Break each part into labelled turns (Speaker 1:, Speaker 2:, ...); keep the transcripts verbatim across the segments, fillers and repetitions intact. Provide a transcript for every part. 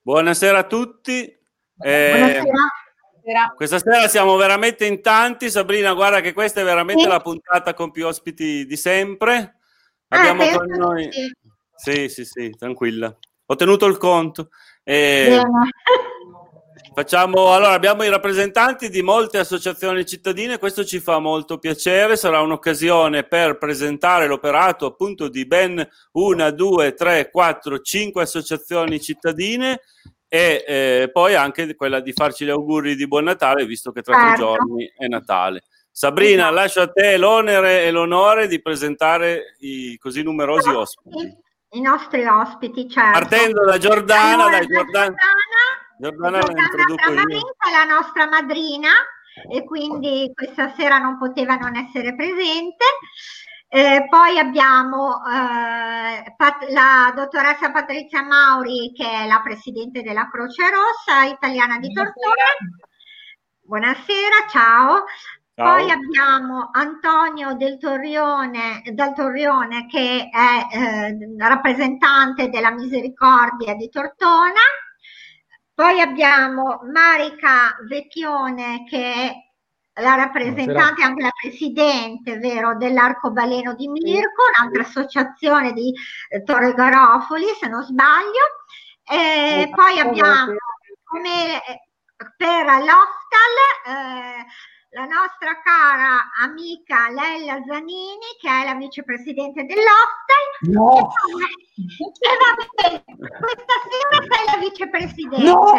Speaker 1: Buonasera a tutti. Eh,
Speaker 2: Buonasera.
Speaker 1: Questa sera siamo veramente in tanti. Sabrina, guarda che questa è veramente
Speaker 2: Sì.
Speaker 1: la puntata con più ospiti di sempre.
Speaker 2: Ah,
Speaker 1: Abbiamo
Speaker 2: penso
Speaker 1: con
Speaker 2: di
Speaker 1: noi...
Speaker 2: sì.
Speaker 1: Sì, sì, sì, tranquilla. Ho tenuto il conto. Eh,
Speaker 2: Bene.
Speaker 1: Facciamo, allora, abbiamo i rappresentanti di molte associazioni cittadine, questo ci fa molto piacere, sarà un'occasione per presentare l'operato appunto di ben una, due, tre, quattro, cinque associazioni cittadine e eh, poi anche quella di farci gli auguri di buon Natale, visto che tra tre
Speaker 2: Certo.
Speaker 1: giorni è Natale. Sabrina,
Speaker 2: Esatto.
Speaker 1: lascio a te l'onere e l'onore di presentare i così numerosi ospiti.
Speaker 2: I nostri ospiti, certo.
Speaker 1: Partendo da Giordana,
Speaker 2: Allora,
Speaker 1: dai,
Speaker 2: da
Speaker 1: Giordana.
Speaker 2: Giordana,
Speaker 1: Giordana la
Speaker 2: Giordana
Speaker 1: introduco io.
Speaker 2: Tramavinta è la nostra madrina e quindi questa sera non poteva non essere presente. Eh, poi abbiamo eh, Pat- la dottoressa Patrizia Mauri, che è la presidente della Croce Rossa Italiana di Tortona. Buonasera, ciao.
Speaker 1: Ciao.
Speaker 2: Poi abbiamo Antonio del Torrione, Dal Torrione, che è eh, rappresentante della Misericordia di Tortona. Poi abbiamo Marica Vecchione, che è la rappresentante, anche la presidente, vero, dell'Arcobaleno di Mirko, un'altra associazione di eh, Torre Garofoli, se non sbaglio. E poi abbiamo come per l'Hostal eh, la nostra cara amica Lella Zanini, che è la vicepresidente dell'Hostal.
Speaker 3: No.
Speaker 2: E vabbè, questa sera sei la vicepresidente.
Speaker 3: No.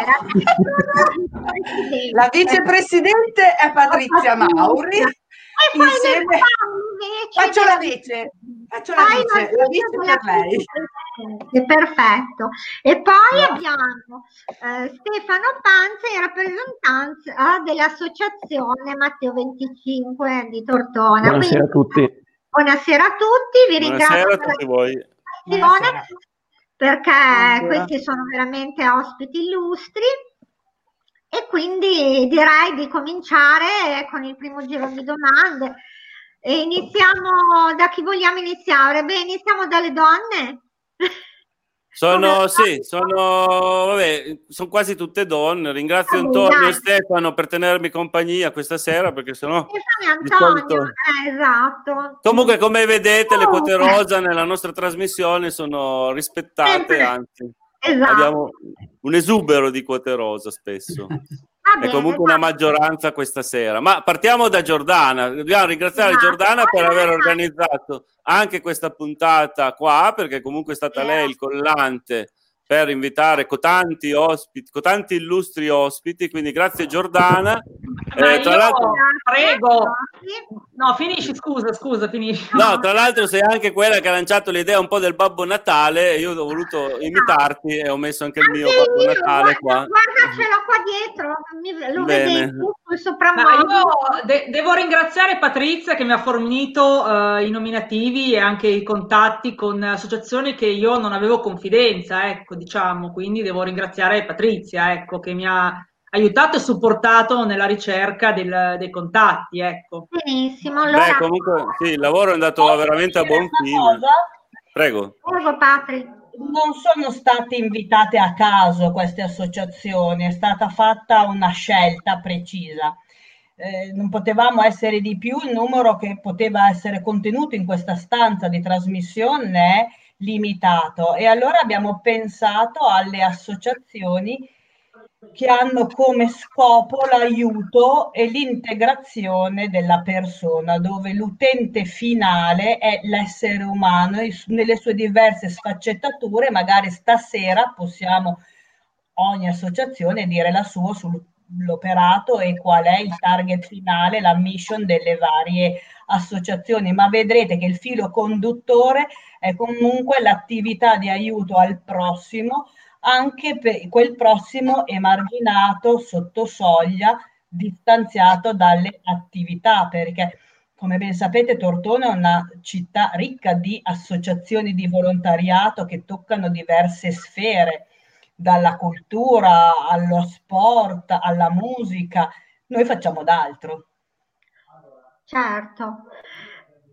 Speaker 2: La,
Speaker 3: La vicepresidente è Patrizia Mauri.
Speaker 2: E poi
Speaker 3: Insieme...
Speaker 2: le invece
Speaker 3: faccio la vice, faccio la vice, la vice per lei.
Speaker 2: Perfetto. E poi abbiamo eh, Stefano Panza, in rappresentanza dell'associazione Matteo venticinque di Tortona.
Speaker 4: Buonasera
Speaker 2: Quindi,
Speaker 4: a tutti.
Speaker 2: Buonasera a tutti, vi
Speaker 1: Buonasera
Speaker 2: ringrazio
Speaker 1: a
Speaker 2: per
Speaker 1: tutti
Speaker 2: la
Speaker 1: voi.
Speaker 2: partecipazione, perché
Speaker 1: Buonasera.
Speaker 2: questi sono veramente ospiti illustri. E quindi direi di cominciare con il primo giro di domande. E iniziamo da chi vogliamo iniziare? Beh, iniziamo dalle donne.
Speaker 1: Sono, sì, sono, vabbè, sono quasi tutte donne. Ringrazio
Speaker 2: Vabbè,
Speaker 1: Antonio
Speaker 2: dai.
Speaker 1: e Stefano per tenermi compagnia questa sera, perché sennò
Speaker 2: Stefano e
Speaker 1: di
Speaker 2: Antonio,
Speaker 1: solito...
Speaker 2: eh, esatto.
Speaker 1: Comunque, come vedete, le quote
Speaker 2: Comunque.
Speaker 1: rosa nella nostra trasmissione sono rispettate,
Speaker 2: Sempre.
Speaker 1: anzi,
Speaker 2: Esatto.
Speaker 1: abbiamo un esubero di quote rosa spesso.
Speaker 2: Va
Speaker 1: È
Speaker 2: bene,
Speaker 1: comunque una
Speaker 2: dai.
Speaker 1: maggioranza questa sera. Ma partiamo da Giordana. Dobbiamo ringraziare
Speaker 2: Esatto.
Speaker 1: Giordana per
Speaker 2: Poi
Speaker 1: aver
Speaker 2: vai.
Speaker 1: organizzato anche questa puntata qua, perché comunque è stata lei il collante per invitare cotanti ospiti, cotanti illustri ospiti, quindi grazie Giordana.
Speaker 5: Ma
Speaker 1: Eh, tra
Speaker 5: io
Speaker 1: l'altro,
Speaker 5: prego, no, finisci, scusa, scusa, finisci.
Speaker 1: no, tra l'altro sei anche quella che ha lanciato l'idea un po' del Babbo Natale, io ho voluto imitarti e ho messo anche il mio
Speaker 2: Anche
Speaker 1: Babbo
Speaker 2: io,
Speaker 1: Natale
Speaker 2: guarda,
Speaker 1: qua.
Speaker 2: guarda, ce l'ho qua dietro, mi- lo
Speaker 1: Bene.
Speaker 2: vedete sul
Speaker 5: Ma
Speaker 2: soprammobile.
Speaker 5: io de- devo ringraziare Patrizia che mi ha fornito eh, i nominativi e anche i contatti con associazioni che io non avevo confidenza, ecco, diciamo, quindi devo ringraziare Patrizia, ecco, che mi ha aiutato e supportato nella ricerca del- dei contatti, ecco.
Speaker 2: Benissimo,
Speaker 1: Beh,
Speaker 2: allora
Speaker 1: comunque sì, il lavoro è andato
Speaker 3: Posso
Speaker 1: veramente a
Speaker 3: dire
Speaker 1: buon
Speaker 3: una
Speaker 1: fine.
Speaker 3: cosa?
Speaker 1: Prego.
Speaker 2: prego Patri.
Speaker 3: Non sono state invitate a caso queste associazioni, è stata fatta una scelta precisa. Eh, non potevamo essere di più, il numero che poteva essere contenuto in questa stanza di trasmissione è limitato e allora abbiamo pensato alle associazioni che hanno come scopo l'aiuto e l'integrazione della persona, dove l'utente finale è l'essere umano e su- nelle sue diverse sfaccettature. Magari stasera possiamo, ogni associazione, dire la sua sull'operato e qual è il target finale, la mission delle varie associazioni, ma vedrete che il filo conduttore è comunque l'attività di aiuto al prossimo, anche per quel prossimo emarginato, sotto soglia, distanziato dalle attività, perché come ben sapete Tortona è una città ricca di associazioni di volontariato che toccano diverse sfere, dalla cultura allo sport, alla musica. Noi facciamo d'altro.
Speaker 2: Certo.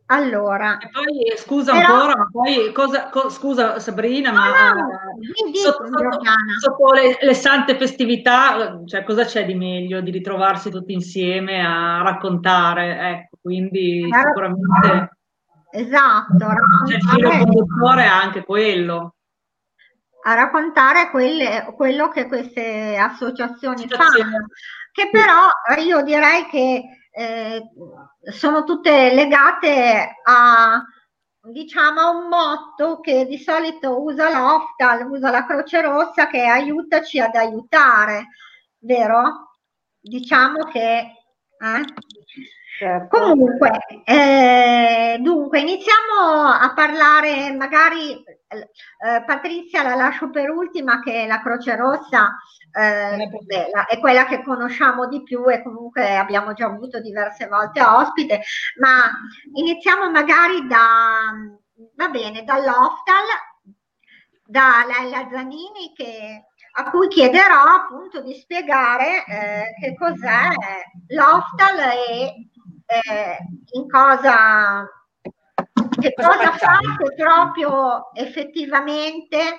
Speaker 2: Allora,
Speaker 5: e poi scusa
Speaker 2: però,
Speaker 5: ancora, ma poi cosa, co- scusa Sabrina,
Speaker 2: no,
Speaker 5: ma
Speaker 2: no,
Speaker 5: eh,
Speaker 2: mi dica,
Speaker 5: sotto, sotto-
Speaker 2: Giordana.
Speaker 5: sotto le, le sante festività, cioè cosa c'è di meglio di ritrovarsi tutti insieme a raccontare? Ecco, quindi sicuramente
Speaker 2: Esatto,
Speaker 5: c'è il filo
Speaker 2: raccontare,
Speaker 5: conduttore è anche quello.
Speaker 2: a raccontare quelle- quello che queste associazioni
Speaker 5: Situazione.
Speaker 2: fanno, che però eh, io direi che eh, sono tutte legate a, diciamo, a un motto che di solito usa l'Oftal, usa la Croce Rossa, che è aiutaci ad aiutare, vero? Diciamo che... eh?
Speaker 5: Certo.
Speaker 2: Comunque, eh, dunque, iniziamo a parlare, magari eh, Patrizia la lascio per ultima, che la Croce Rossa eh, beh, la- è quella che conosciamo di più e comunque abbiamo già avuto diverse volte ospite, ma iniziamo magari da, va bene, dall'Oftal, da Lella Zanini, che, a cui chiederò appunto di spiegare eh, che cos'è l'Oftal e eh, in cosa, che cosa fate proprio effettivamente.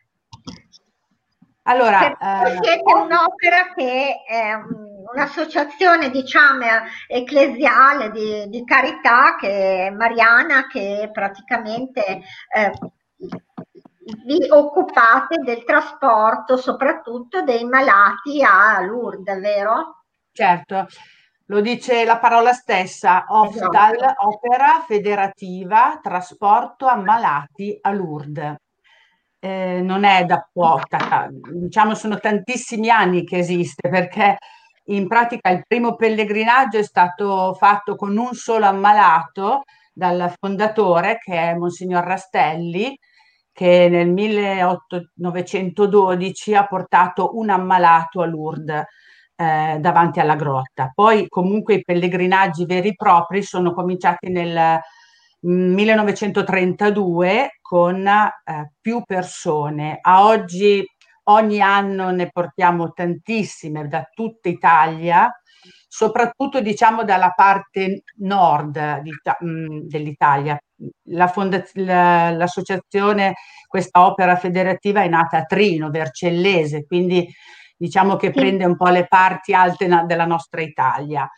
Speaker 4: Allora,
Speaker 2: Perché
Speaker 4: eh,
Speaker 2: siete un'opera che è un'associazione, diciamo, ecclesiale di, di carità, che è mariana, che praticamente eh, vi occupate del trasporto, soprattutto dei malati a Lourdes, vero?
Speaker 4: certo, lo dice la parola stessa, Oftal,
Speaker 2: Esatto.
Speaker 4: opera federativa, trasporto ammalati a Lourdes. Eh, non è da poco, diciamo sono tantissimi anni che esiste, perché in pratica il primo pellegrinaggio è stato fatto con un solo ammalato dal fondatore, che è Monsignor Rastelli, che nel millenovecentododici ha portato un ammalato a Lourdes eh, davanti alla grotta. Poi comunque i pellegrinaggi veri e propri sono cominciati nel millenovecentotrentadue con eh, più persone. A oggi ogni anno ne portiamo tantissime da tutta Italia, soprattutto diciamo dalla parte nord di, mh, dell'Italia. La fondaz- la, l'associazione, questa opera federativa è nata a Trino, Vercellese, quindi diciamo che
Speaker 2: Sì.
Speaker 4: prende un po' le parti alte na- della nostra Italia.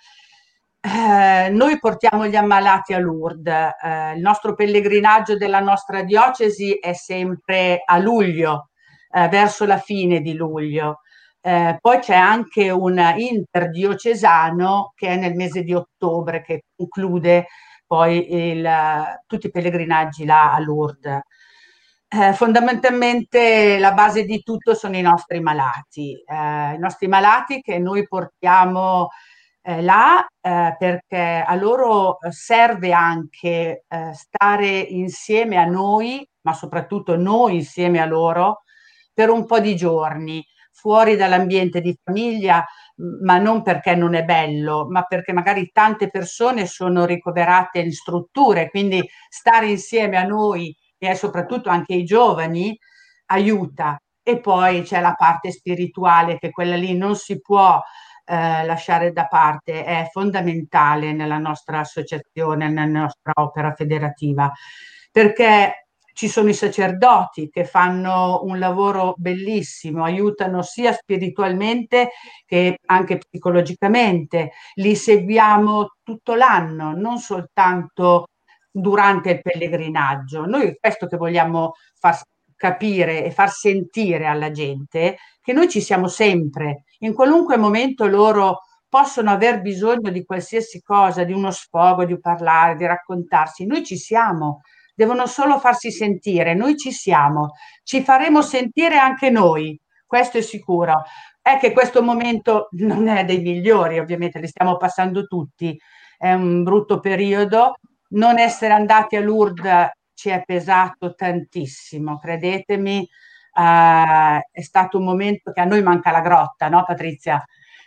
Speaker 4: Eh, noi portiamo gli ammalati a Lourdes, eh, il nostro pellegrinaggio della nostra diocesi è sempre a luglio, eh, verso la fine di luglio. Eh, poi c'è anche un interdiocesano che è nel mese di ottobre, che conclude poi il, tutti i pellegrinaggi là a Lourdes. Eh, fondamentalmente la base di tutto sono i nostri malati, eh, i nostri malati che noi portiamo eh, là eh, perché a loro serve anche eh, stare insieme a noi, ma soprattutto noi insieme a loro, per un po' di giorni, fuori dall'ambiente di famiglia, ma non perché non è bello, ma perché magari tante persone sono ricoverate in strutture, quindi stare insieme a noi e soprattutto anche i giovani aiuta. E poi c'è la parte spirituale, che quella lì non si può eh, lasciare da parte, è fondamentale nella nostra associazione, nella nostra opera federativa, perché ci sono i sacerdoti che fanno un lavoro bellissimo, aiutano sia spiritualmente che anche psicologicamente, li seguiamo tutto l'anno, non soltanto durante il pellegrinaggio. Noi è questo che vogliamo far capire e far sentire alla gente, che noi ci siamo sempre, in qualunque momento loro possono aver bisogno di qualsiasi cosa, di uno sfogo, di parlare, di raccontarsi, noi ci siamo, devono solo farsi sentire, noi ci siamo, ci faremo sentire anche noi, questo è sicuro. È che questo momento non è dei migliori, ovviamente li stiamo passando tutti, è un brutto periodo, non essere andati a Lourdes ci è pesato tantissimo, credetemi, eh, è stato un momento che a noi manca la grotta, no Patrizia?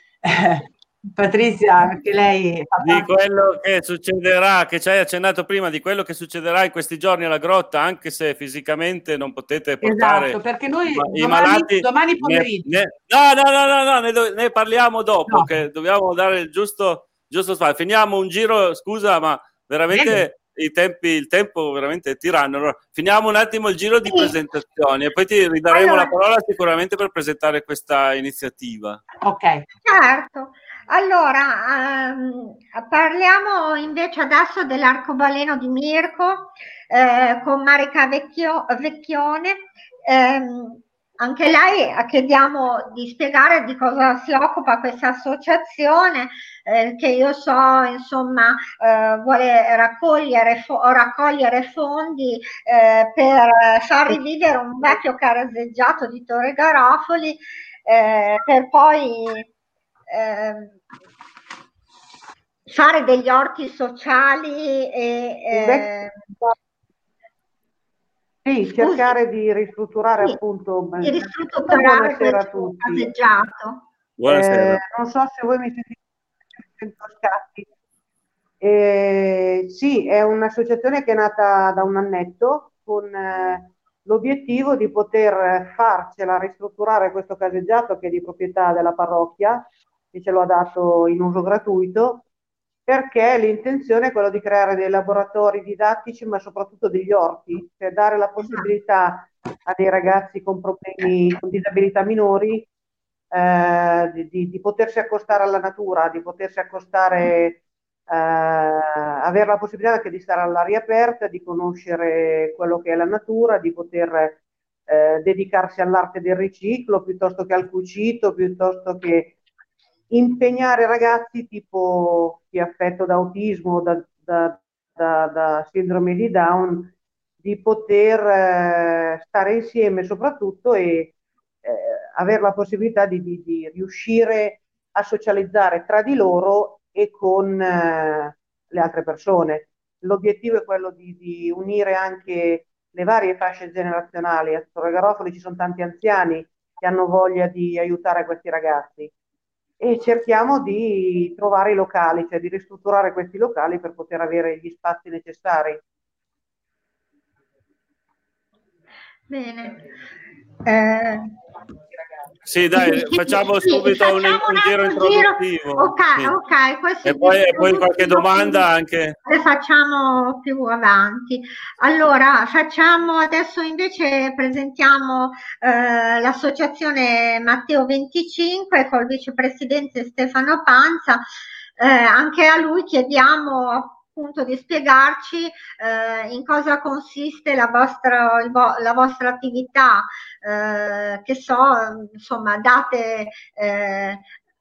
Speaker 4: Patrizia, anche lei fa
Speaker 1: di
Speaker 4: parte...
Speaker 1: quello che succederà, che ci hai accennato prima, di quello che succederà in questi giorni alla grotta, anche se fisicamente non potete portare
Speaker 4: Esatto, perché noi
Speaker 1: i,
Speaker 4: domani,
Speaker 1: i malati.
Speaker 4: domani
Speaker 1: Ne,
Speaker 4: pomeriggio...
Speaker 1: ne, no, no, no, no, no ne, do, ne parliamo dopo,
Speaker 4: No.
Speaker 1: che dobbiamo dare il giusto, giusto spazio. Finiamo un giro, scusa, ma veramente i tempi, il tempo veramente è tiranno. Allora, finiamo un attimo il giro di
Speaker 2: Sì.
Speaker 1: presentazioni e poi ti ridaremo
Speaker 2: Allora,
Speaker 1: la parola sicuramente per presentare questa iniziativa.
Speaker 4: Ok.
Speaker 2: certo. Allora, ehm, parliamo invece adesso dell'arcobaleno di Mirko eh, con Marica Vecchio- Vecchione. Ehm, anche lei eh, chiediamo di spiegare di cosa si occupa questa associazione, eh, che io so, insomma, eh, vuole raccogliere, fo- raccogliere fondi eh, per far rivivere un vecchio carseggiato di Torre Garofoli, eh, per poi eh, fare degli orti sociali e eh,
Speaker 6: sì, cercare di ristrutturare
Speaker 2: sì,
Speaker 6: appunto.
Speaker 2: di ristrutturare
Speaker 6: Buonasera a
Speaker 2: questo
Speaker 6: tutti.
Speaker 2: caseggiato.
Speaker 1: Buonasera.
Speaker 6: Eh, non so se voi mi sentite sento scatti. Eh, sì, è un'associazione che è nata da un annetto con eh, l'obiettivo di poter farcela ristrutturare questo caseggiato che è di proprietà della parrocchia, che ce lo ha dato in uso gratuito, perché l'intenzione è quella di creare dei laboratori didattici, ma soprattutto degli orti, cioè dare la possibilità a dei ragazzi con problemi, con disabilità minori, eh, di, di, di potersi accostare alla natura, di potersi accostare, eh, avere la possibilità anche di stare all'aria aperta, di conoscere quello che è la natura, di poter eh, dedicarsi all'arte del riciclo piuttosto che al cucito, piuttosto che impegnare ragazzi tipo chi è affetto da autismo, da, da, da, da sindrome di Down, di poter eh, stare insieme soprattutto e eh, avere la possibilità di, di, di riuscire a socializzare tra di loro e con eh, le altre persone. L'obiettivo è quello di, di unire anche le varie fasce generazionali. A Torre Garofoli ci sono tanti anziani che hanno voglia di aiutare questi ragazzi e cerchiamo di trovare i locali, cioè di ristrutturare questi locali per poter avere gli spazi necessari.
Speaker 2: Bene. Eh,
Speaker 1: Sì, dai,
Speaker 2: sì,
Speaker 1: facciamo
Speaker 2: sì,
Speaker 1: subito un,
Speaker 2: facciamo
Speaker 1: un giro
Speaker 2: altro giro.
Speaker 1: introduttivo.
Speaker 2: Ok,
Speaker 1: Sì.
Speaker 2: ok, questo
Speaker 1: E
Speaker 2: è
Speaker 1: poi, e poi qualche
Speaker 2: introduttivo,
Speaker 1: domanda anche.
Speaker 2: le facciamo più avanti. Allora, facciamo adesso invece presentiamo eh, l'associazione Matteo venticinque col vicepresidente Stefano Panza. Eh, anche a lui chiediamo appunto di spiegarci eh, in cosa consiste la vostra, il vo- la vostra attività, eh, che so, insomma, date eh,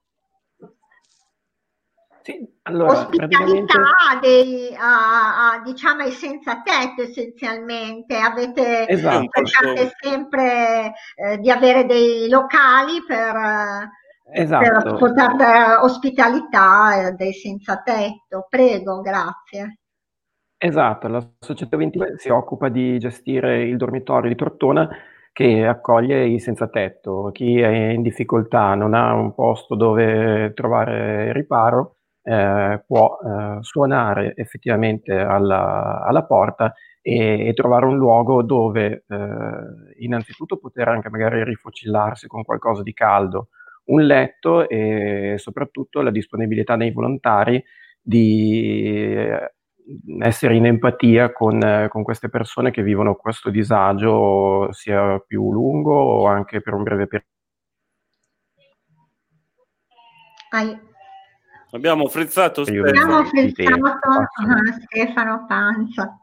Speaker 7: Sì, allora, praticamente,
Speaker 2: ospitalità dei, a, a, diciamo, ai senza tetto essenzialmente. Avete,
Speaker 7: esatto,
Speaker 2: cercate sempre eh, di avere dei locali per, eh, per
Speaker 7: esatto,
Speaker 2: poter dare ospitalità eh, dei senza tetto. Prego, grazie.
Speaker 7: esatto. La Società venticinque si occupa di gestire il dormitorio di Tortona che accoglie i senza tetto. Chi è in difficoltà, non ha un posto dove trovare riparo, eh, può eh, suonare effettivamente alla, alla porta e, e trovare un luogo dove eh, innanzitutto poter anche magari rifocillarsi con qualcosa di caldo, un letto e soprattutto la disponibilità dei volontari di eh, essere in empatia con, eh, con queste persone che vivono questo disagio sia più lungo o anche per un breve periodo.
Speaker 2: Hai-
Speaker 1: Abbiamo frizzato
Speaker 2: Abbiamo
Speaker 1: Stefano.
Speaker 2: frizzato
Speaker 7: Faccio-
Speaker 2: uh, Stefano Panza.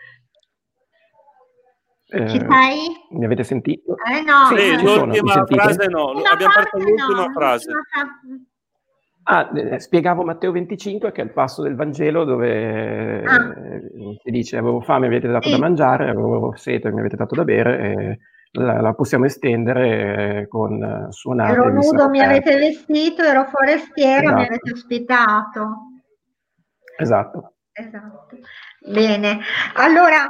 Speaker 7: Eh,
Speaker 2: Ci sei?
Speaker 7: mi avete sentito?
Speaker 2: Eh no,
Speaker 7: Sì,
Speaker 1: Sì,
Speaker 7: ci sono, mi
Speaker 1: l'ultima
Speaker 7: sentite?
Speaker 1: frase no,
Speaker 2: L'ultima
Speaker 1: abbiamo perso
Speaker 2: parte
Speaker 1: l'ultima
Speaker 2: no,
Speaker 1: frase.
Speaker 2: l'ultima fra-
Speaker 7: Ah, eh, spiegavo Matteo venticinque, che è il passo del Vangelo dove
Speaker 2: Ah.
Speaker 7: eh, si dice avevo fame, mi avete dato
Speaker 2: Sì.
Speaker 7: da mangiare, avevo sete, mi avete dato da bere, e la, la possiamo estendere eh, con eh, suonate
Speaker 2: Ero
Speaker 7: e messa
Speaker 2: nudo, mi
Speaker 7: coperta.
Speaker 2: avete vestito, ero forestiero, mi
Speaker 7: Esatto.
Speaker 2: avete ospitato.
Speaker 7: Esatto.
Speaker 2: Esatto. Bene. Allora,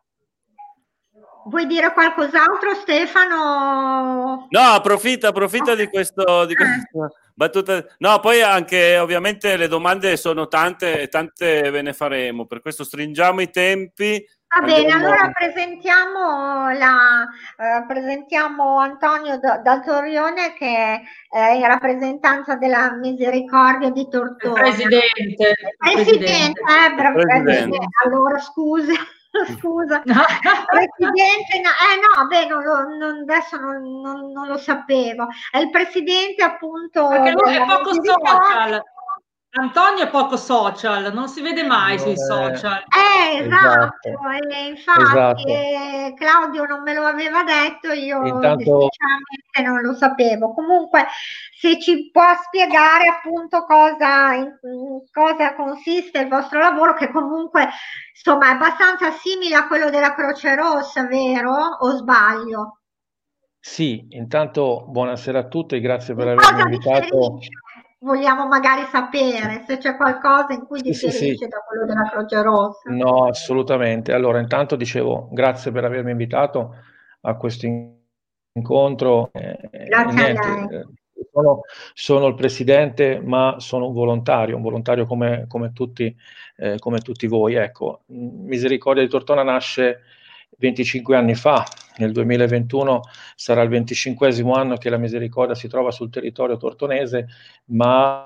Speaker 2: vuoi dire qualcos'altro, Stefano?
Speaker 1: No, approfitta, approfitta di questo, di questa battuta. No, poi anche ovviamente le domande sono tante e tante ve ne faremo, per questo stringiamo i tempi
Speaker 2: Va bene,
Speaker 1: Andiamo-
Speaker 2: allora presentiamo, la, eh, presentiamo Antonio D- Dal Torrione che è in rappresentanza della Misericordia di
Speaker 5: Il
Speaker 2: Tortona.
Speaker 5: presidente.
Speaker 2: Il presidente, eh, bra-
Speaker 1: Presidente.
Speaker 2: eh, allora scusa, scusa. Presidente, no, eh no, beh, non lo- non- adesso non, non- non lo sapevo. È il presidente appunto
Speaker 5: Perché lui è
Speaker 2: della
Speaker 5: poco
Speaker 2: Misericordia.
Speaker 5: social. Antonio è poco social, non si vede mai sui
Speaker 8: Non è-
Speaker 5: social.
Speaker 2: Eh, esatto,
Speaker 8: Esatto.
Speaker 2: e infatti
Speaker 8: Esatto.
Speaker 2: eh, Claudio non me lo aveva detto, io
Speaker 8: Intanto-
Speaker 2: sinceramente non lo sapevo. Comunque, se ci può spiegare appunto cosa, in, in cosa consiste il vostro lavoro, che comunque insomma è abbastanza simile a quello della Croce Rossa, vero? O sbaglio?
Speaker 8: Sì, intanto buonasera a tutti, grazie per
Speaker 2: In
Speaker 8: avermi
Speaker 2: cosa
Speaker 8: invitato.
Speaker 2: differisce? Vogliamo magari sapere se c'è qualcosa in cui
Speaker 8: Sì, sì,
Speaker 2: differisce
Speaker 8: sì.
Speaker 2: da quello della Croce Rossa.
Speaker 8: No, assolutamente. Allora, intanto dicevo grazie per avermi invitato a questo in- incontro. eh, e
Speaker 2: Grazie a
Speaker 8: niente,
Speaker 2: lei.
Speaker 8: eh, sono, sono il presidente, ma sono un volontario, un volontario come, come tutti, eh, come tutti voi. Ecco, Misericordia di Tortona nasce venticinque anni fa, nel duemilaventuno sarà il venticinquesimo anno che la Misericordia si trova sul territorio tortonese, ma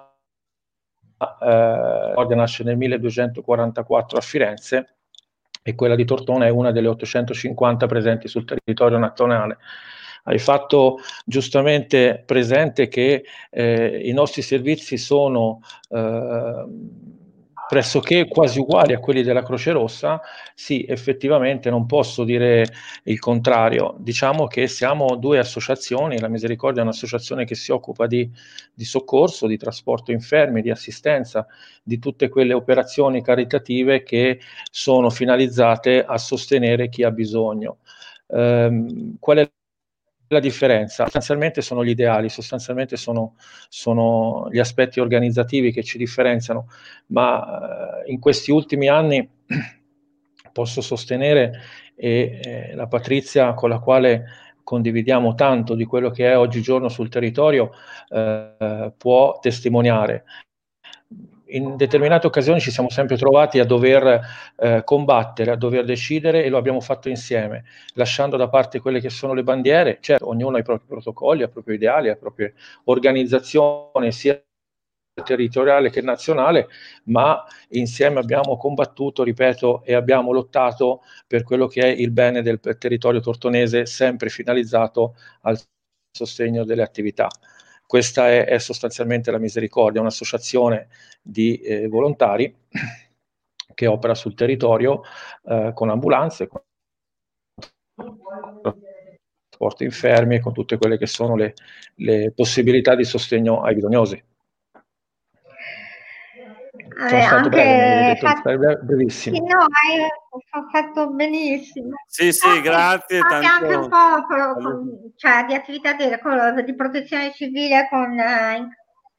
Speaker 8: eh, Misericordia nasce nel milleduecentoquarantaquattro a Firenze e quella di Tortona è una delle ottocentocinquanta presenti sul territorio nazionale. Hai fatto giustamente presente che eh, i nostri servizi sono eh, pressoché quasi uguali a quelli della Croce Rossa. Sì, effettivamente non posso dire il contrario. Diciamo che siamo due associazioni. La Misericordia è un'associazione che si occupa di, di soccorso, di trasporto infermi, di assistenza, di tutte quelle operazioni caritative che sono finalizzate a sostenere chi ha bisogno. Ehm, qual è la differenza? Sostanzialmente sono gli ideali, sostanzialmente sono, sono gli aspetti organizzativi che ci differenziano, ma eh, in questi ultimi anni posso sostenere, e eh, la Patrizia con la quale condividiamo tanto di quello che è oggigiorno sul territorio eh, può testimoniare. In determinate occasioni ci siamo sempre trovati a dover eh, combattere, a dover decidere, e lo abbiamo fatto insieme, lasciando da parte quelle che sono le bandiere. Certo, ognuno ha i propri protocolli, ha i propri ideali, ha le proprie organizzazioni, sia territoriale che nazionale, ma insieme abbiamo combattuto, ripeto, e abbiamo lottato per quello che è il bene del territorio tortonese, sempre finalizzato al sostegno delle attività. Questa è, è sostanzialmente la Misericordia, un'associazione di eh, volontari che opera sul territorio eh, con ambulanze, con trasporto infermi e con tutte quelle che sono le, le possibilità di sostegno ai bisognosi. Sono
Speaker 2: Eh,
Speaker 8: stato
Speaker 2: anche
Speaker 8: breve, mi avevi detto di
Speaker 2: fatto-
Speaker 8: stare bre- brevissimo.
Speaker 2: Sì, no, hai ho fatto benissimo.
Speaker 1: Sì, sì, grazie,
Speaker 2: Fate
Speaker 1: tanto-
Speaker 2: anche un po' con- con- cioè, di attività di, con- di protezione civile con eh, in-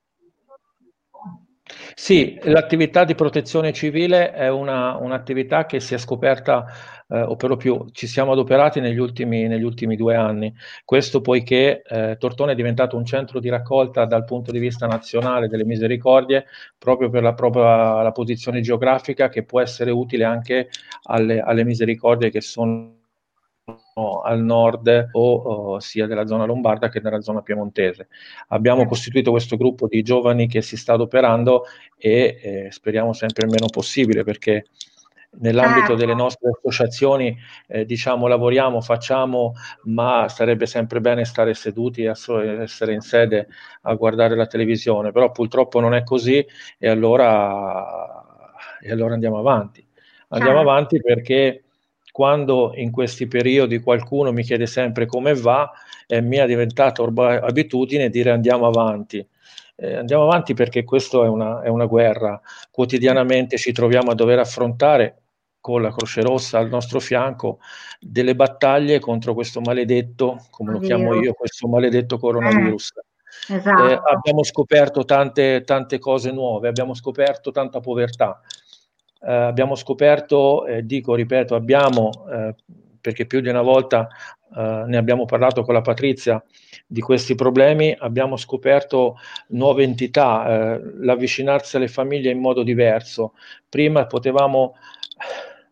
Speaker 8: Sì, l'attività di protezione civile è una, un'attività che si è scoperta, eh, o per lo più ci siamo adoperati negli ultimi, negli ultimi due anni. Questo poiché eh, Tortona è diventato un centro di raccolta dal punto di vista nazionale delle misericordie, proprio per la propria la posizione geografica, che può essere utile anche alle, alle misericordie che sono al nord o, o sia della zona lombarda che della zona piemontese. Abbiamo costituito questo gruppo di giovani che si sta adoperando e eh, speriamo sempre il meno possibile, perché nell'ambito
Speaker 2: Certo.
Speaker 8: delle nostre associazioni eh, diciamo lavoriamo, facciamo, ma sarebbe sempre bene stare seduti e essere in sede a guardare la televisione, però purtroppo non è così, e allora, e allora andiamo avanti. Andiamo
Speaker 2: Certo.
Speaker 8: avanti perché quando in questi periodi qualcuno mi chiede sempre come va, eh, mi è diventata ormai abitudine dire andiamo avanti. Eh, andiamo avanti perché questa è una, è una guerra. Quotidianamente ci troviamo a dover affrontare, con la Croce Rossa al nostro fianco, delle battaglie contro questo maledetto, come lo chiamo io, questo maledetto coronavirus.
Speaker 2: Eh, esatto.
Speaker 8: Eh, abbiamo scoperto tante, tante cose nuove, abbiamo scoperto tanta povertà. Eh, abbiamo scoperto, eh, dico, ripeto, abbiamo, eh, perché più di una volta eh, ne abbiamo parlato con la Patrizia di questi problemi, abbiamo scoperto nuove entità, eh, l'avvicinarsi alle famiglie in modo diverso. Prima potevamo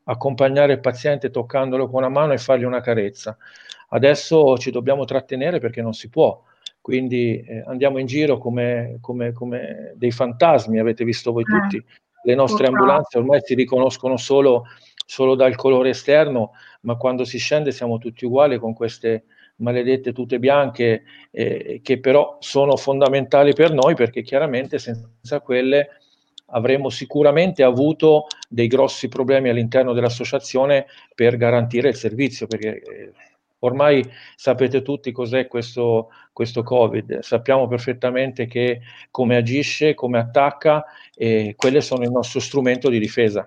Speaker 8: accompagnare il paziente toccandolo con una mano e fargli una carezza. Adesso ci dobbiamo trattenere perché non si può, quindi eh, andiamo in giro come, come, come dei fantasmi, avete visto voi tutti. Le nostre ambulanze ormai si riconoscono solo, solo dal colore esterno, ma quando si scende siamo tutti uguali con queste maledette tute bianche eh, che però sono fondamentali per noi, perché chiaramente senza quelle avremmo sicuramente avuto dei grossi problemi all'interno dell'associazione per garantire il servizio, perché eh, ormai sapete tutti cos'è questo, questo Covid, sappiamo perfettamente che come agisce, come attacca, e quelli sono il nostro strumento di difesa.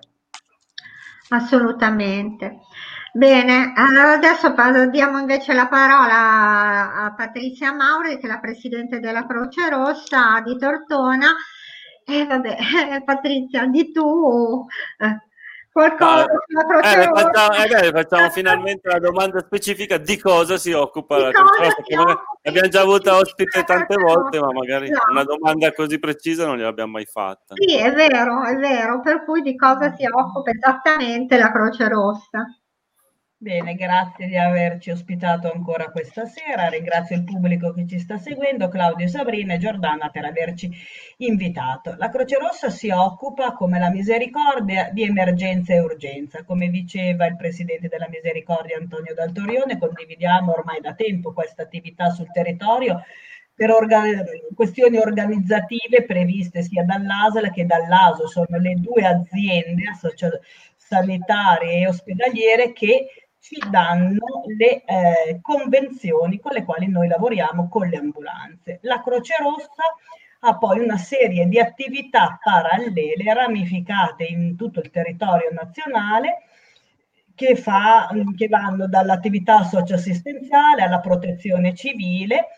Speaker 2: Assolutamente. Bene, allora adesso diamo invece la parola a Patrizia Mauri, che è la presidente della Croce Rossa di Tortona. E vabbè, Patrizia, di tu eh, qualcosa
Speaker 1: No,
Speaker 2: sulla Croce
Speaker 1: eh,
Speaker 2: Rossa.
Speaker 1: facciamo, eh, beh, facciamo finalmente la domanda specifica di cosa si occupa
Speaker 2: Di
Speaker 1: la Croce Rossa,
Speaker 2: cosa si
Speaker 1: che magari
Speaker 2: occupa
Speaker 1: abbiamo già avuto ospite
Speaker 2: la
Speaker 1: tante
Speaker 2: Croce
Speaker 1: volte, ma
Speaker 2: Rossa.
Speaker 1: magari
Speaker 2: No.
Speaker 1: una domanda così precisa non gliel'abbiamo mai fatta.
Speaker 2: Sì, è vero, è vero, per cui di cosa si occupa esattamente la Croce Rossa?
Speaker 3: Bene, grazie di averci ospitato ancora questa sera, ringrazio il pubblico che ci sta seguendo, Claudio, Sabrina e Giordana per averci invitato. La Croce Rossa si occupa, come la Misericordia, di emergenza e urgenza. Come diceva il presidente della Misericordia Antonio Dal Torione, condividiamo ormai da tempo questa attività sul territorio per organ- questioni organizzative previste sia dall'A S L che dall'A S O, sono le due aziende associa- sanitarie e ospedaliere che ci danno le eh, convenzioni con le quali noi lavoriamo con le ambulanze. La Croce Rossa ha poi una serie di attività parallele ramificate in tutto il territorio nazionale che, fa, che vanno dall'attività socioassistenziale alla protezione civile.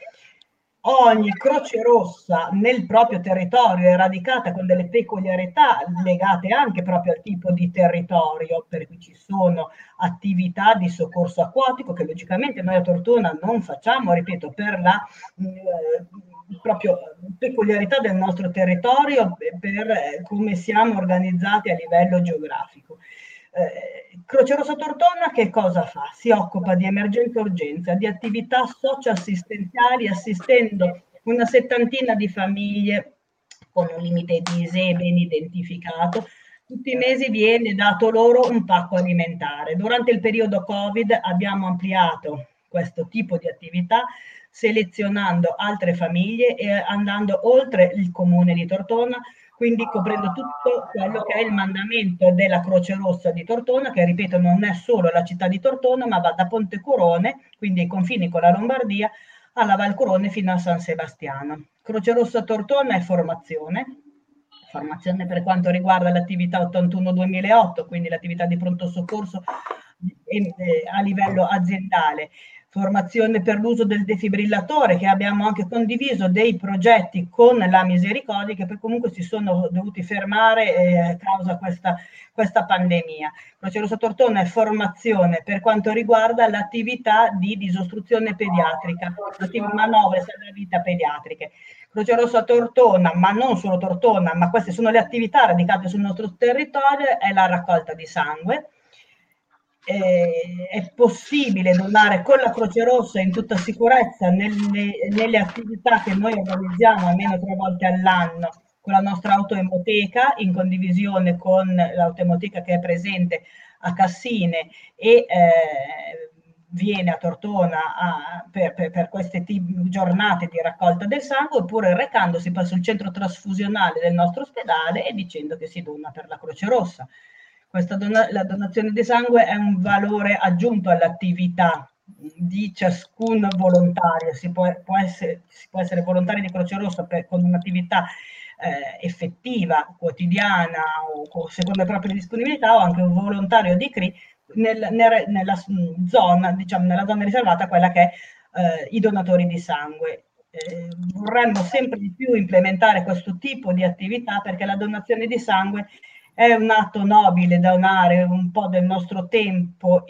Speaker 3: Ogni Croce Rossa nel proprio territorio è radicata con delle peculiarità legate anche proprio al tipo di territorio, per cui ci sono attività di soccorso acquatico che logicamente noi a Tortona non facciamo, ripeto, per la eh, proprio peculiarità del nostro territorio, per eh, come siamo organizzati a livello geografico. Eh, Croce Rossa Tortona che cosa fa? Si occupa di emergenza e urgenza, di attività socioassistenziali, assistendo una settantina di famiglie con un limite di I S E E ben identificato. Tutti i mesi viene dato loro un pacco alimentare. Durante il periodo Covid abbiamo ampliato questo tipo di attività selezionando altre famiglie e andando oltre il comune di Tortona, quindi coprendo tutto quello che è il mandamento della Croce Rossa di Tortona, che ripeto non è solo la città di Tortona, ma va da Pontecorone, quindi ai confini con la Lombardia, alla Valcorone fino a San Sebastiano. Croce Rossa Tortona è formazione, formazione per quanto riguarda l'attività ottantuno duemilaotto, quindi l'attività di pronto soccorso a livello aziendale, formazione per l'uso del defibrillatore, che abbiamo anche condiviso dei progetti con la Misericordia che poi comunque si sono dovuti fermare eh, a causa questa questa pandemia. Croce Rossa Tortona è formazione per quanto riguarda l'attività di disostruzione pediatrica, manovre salvavita pediatriche. Croce Rossa Tortona, ma non solo Tortona, ma queste sono le attività radicate sul nostro territorio, è la raccolta di sangue. Eh, è possibile donare con la Croce Rossa in tutta sicurezza nelle, nelle attività che noi organizziamo almeno tre volte all'anno con la nostra autoemoteca, in condivisione con l'autoemoteca che è presente a Cassine e eh, viene a Tortona a, per, per, per queste giornate di raccolta del sangue, oppure recandosi poi sul centro trasfusionale del nostro ospedale e dicendo che si dona per la Croce Rossa. Questa dona- la donazione di sangue è un valore aggiunto all'attività di ciascun volontario. Si può, può, essere, si può essere volontari di Croce Rossa per, con un'attività eh, effettiva, quotidiana o secondo le proprie disponibilità, o anche un volontario di C R I nel, nel, nella zona, diciamo, nella zona riservata a quella che è eh, i donatori di sangue. Eh, vorremmo sempre di più implementare questo tipo di attività, perché la donazione di sangue è un atto nobile, donare un po' del nostro tempo e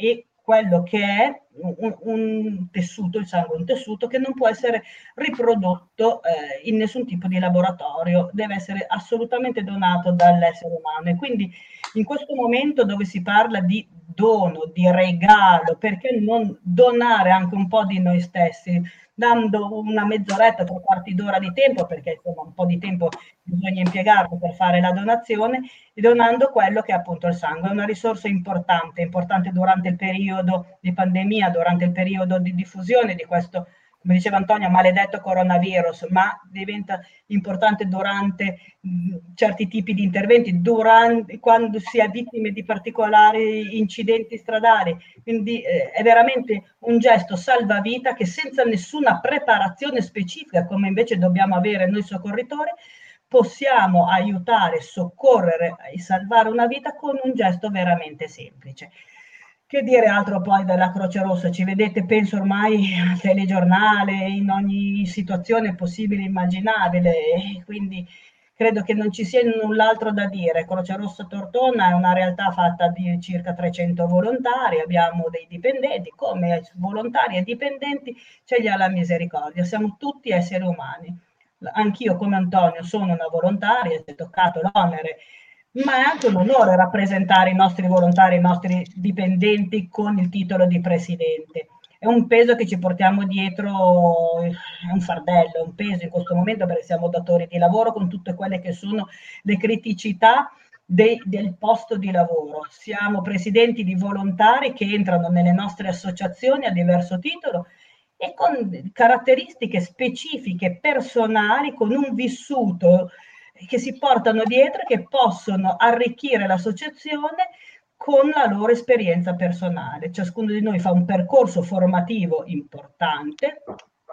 Speaker 3: quello che è un, un tessuto, il sangue è un tessuto che non può essere riprodotto eh, in nessun tipo di laboratorio, deve essere assolutamente donato dall'essere umano. E quindi in questo momento dove si parla di dono, di regalo, perché non donare anche un po' di noi stessi, dando una mezz'oretta, tre quarti d'ora di tempo, perché insomma un po' di tempo bisogna impiegarlo per fare la donazione, e donando quello che è appunto il sangue. È una risorsa importante, importante durante il periodo di pandemia, durante il periodo di diffusione di questo, come diceva Antonio, maledetto coronavirus, ma diventa importante durante mh, certi tipi di interventi, durante, quando si è vittime di particolari incidenti stradali. Quindi eh, è veramente un gesto salvavita che senza nessuna preparazione specifica, come invece dobbiamo avere noi soccorritori, possiamo aiutare, soccorrere e salvare una vita con un gesto veramente semplice. Che dire altro poi della Croce Rossa? Ci vedete, penso ormai al telegiornale, in ogni situazione possibile e immaginabile, e quindi credo che non ci sia null'altro da dire. Croce Rossa Tortona è una realtà fatta di circa trecento volontari, abbiamo dei dipendenti, come volontari e dipendenti c'è la Misericordia, siamo tutti esseri umani. Anch'io come Antonio sono una volontaria, si è toccato l'onere, ma è anche un onore rappresentare i nostri volontari, i nostri dipendenti con il titolo di presidente. È un peso che ci portiamo dietro, è un fardello, è un peso in questo momento perché siamo datori di lavoro con tutte quelle che sono le criticità dei, del posto di lavoro. Siamo presidenti di volontari che entrano nelle nostre associazioni a diverso titolo e con caratteristiche specifiche, personali, con un vissuto che si portano dietro, che possono arricchire l'associazione con la loro esperienza personale. Ciascuno di noi fa un percorso formativo importante,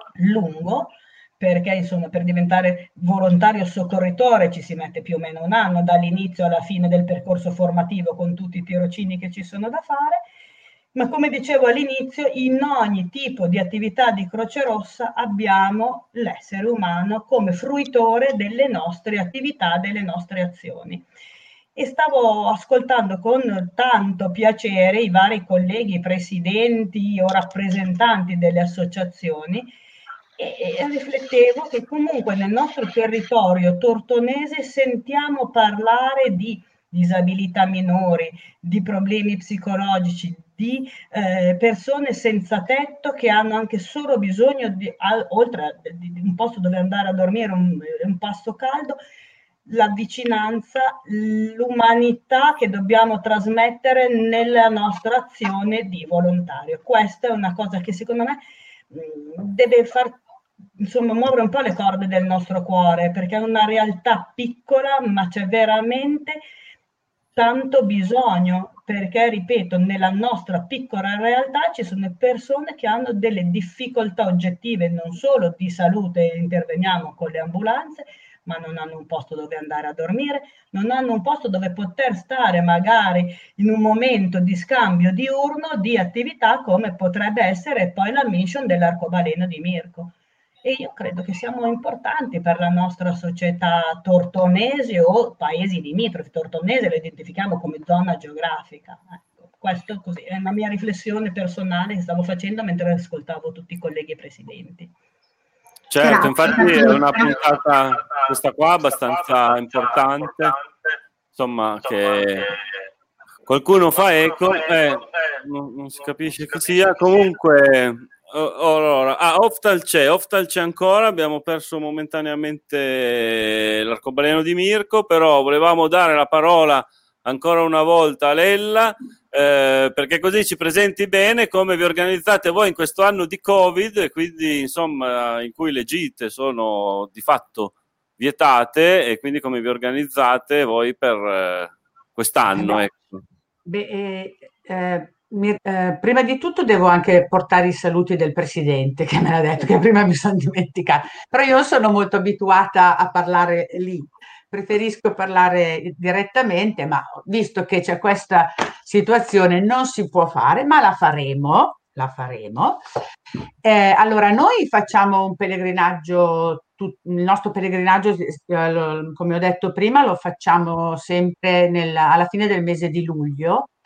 Speaker 3: lungo, perché insomma per diventare volontario soccorritore ci si mette più o meno un anno, dall'inizio alla fine del percorso formativo, con tutti i tirocini che ci sono da fare. Ma come dicevo all'inizio, in ogni tipo di attività di Croce Rossa abbiamo l'essere umano come fruitore delle nostre attività, delle nostre azioni. E stavo ascoltando con tanto piacere i vari colleghi presidenti o rappresentanti delle associazioni e, e riflettevo che comunque nel nostro territorio tortonese sentiamo parlare di disabilità minori, di problemi psicologici, di eh, persone senza tetto che hanno anche solo bisogno, di, al, oltre a di, di un posto dove andare a dormire, un, un pasto caldo, la vicinanza, l'umanità che dobbiamo trasmettere nella nostra azione di volontario. Questa è una cosa che secondo me deve far insomma muovere un po' le corde del nostro cuore, perché è una realtà piccola, ma c'è veramente tanto bisogno, perché ripeto, nella nostra piccola realtà ci sono persone che hanno delle difficoltà oggettive, non solo di salute, interveniamo con le ambulanze, ma non hanno un posto dove andare a dormire, non hanno un posto dove poter stare magari in un momento di scambio diurno di attività come potrebbe essere poi la mission dell'arcobaleno di Mirko. E io credo che siamo importanti per la nostra società tortonese o paesi limitrofi. Tortonese lo identifichiamo come zona geografica. Ecco, questo così è una mia riflessione personale che stavo facendo mentre ascoltavo tutti i colleghi presidenti.
Speaker 1: Certo, infatti è una puntata, questa qua, abbastanza importante, insomma, che qualcuno fa eco, eh, non, non si capisce chi sia, comunque... Allora, ah, Oftal c'è, Oftal c'è ancora, abbiamo perso momentaneamente l'arcobaleno di Mirko, però volevamo dare la parola ancora una volta a Lella, eh, perché così ci presenti bene come vi organizzate voi in questo anno di Covid, e quindi insomma in cui le gite sono di fatto vietate, e quindi come vi organizzate voi per eh, quest'anno. Ecco.
Speaker 4: Beh, eh, eh... Mi, eh, prima di tutto devo anche portare i saluti del presidente che me l'ha detto, che prima mi sono dimenticata, però io sono molto abituata a parlare lì, preferisco parlare direttamente, ma visto che c'è questa situazione non si può fare, ma la faremo, la faremo. Eh, allora noi facciamo un pellegrinaggio, tu, il nostro pellegrinaggio, eh, come ho detto prima, lo facciamo sempre nel, alla fine del mese di luglio.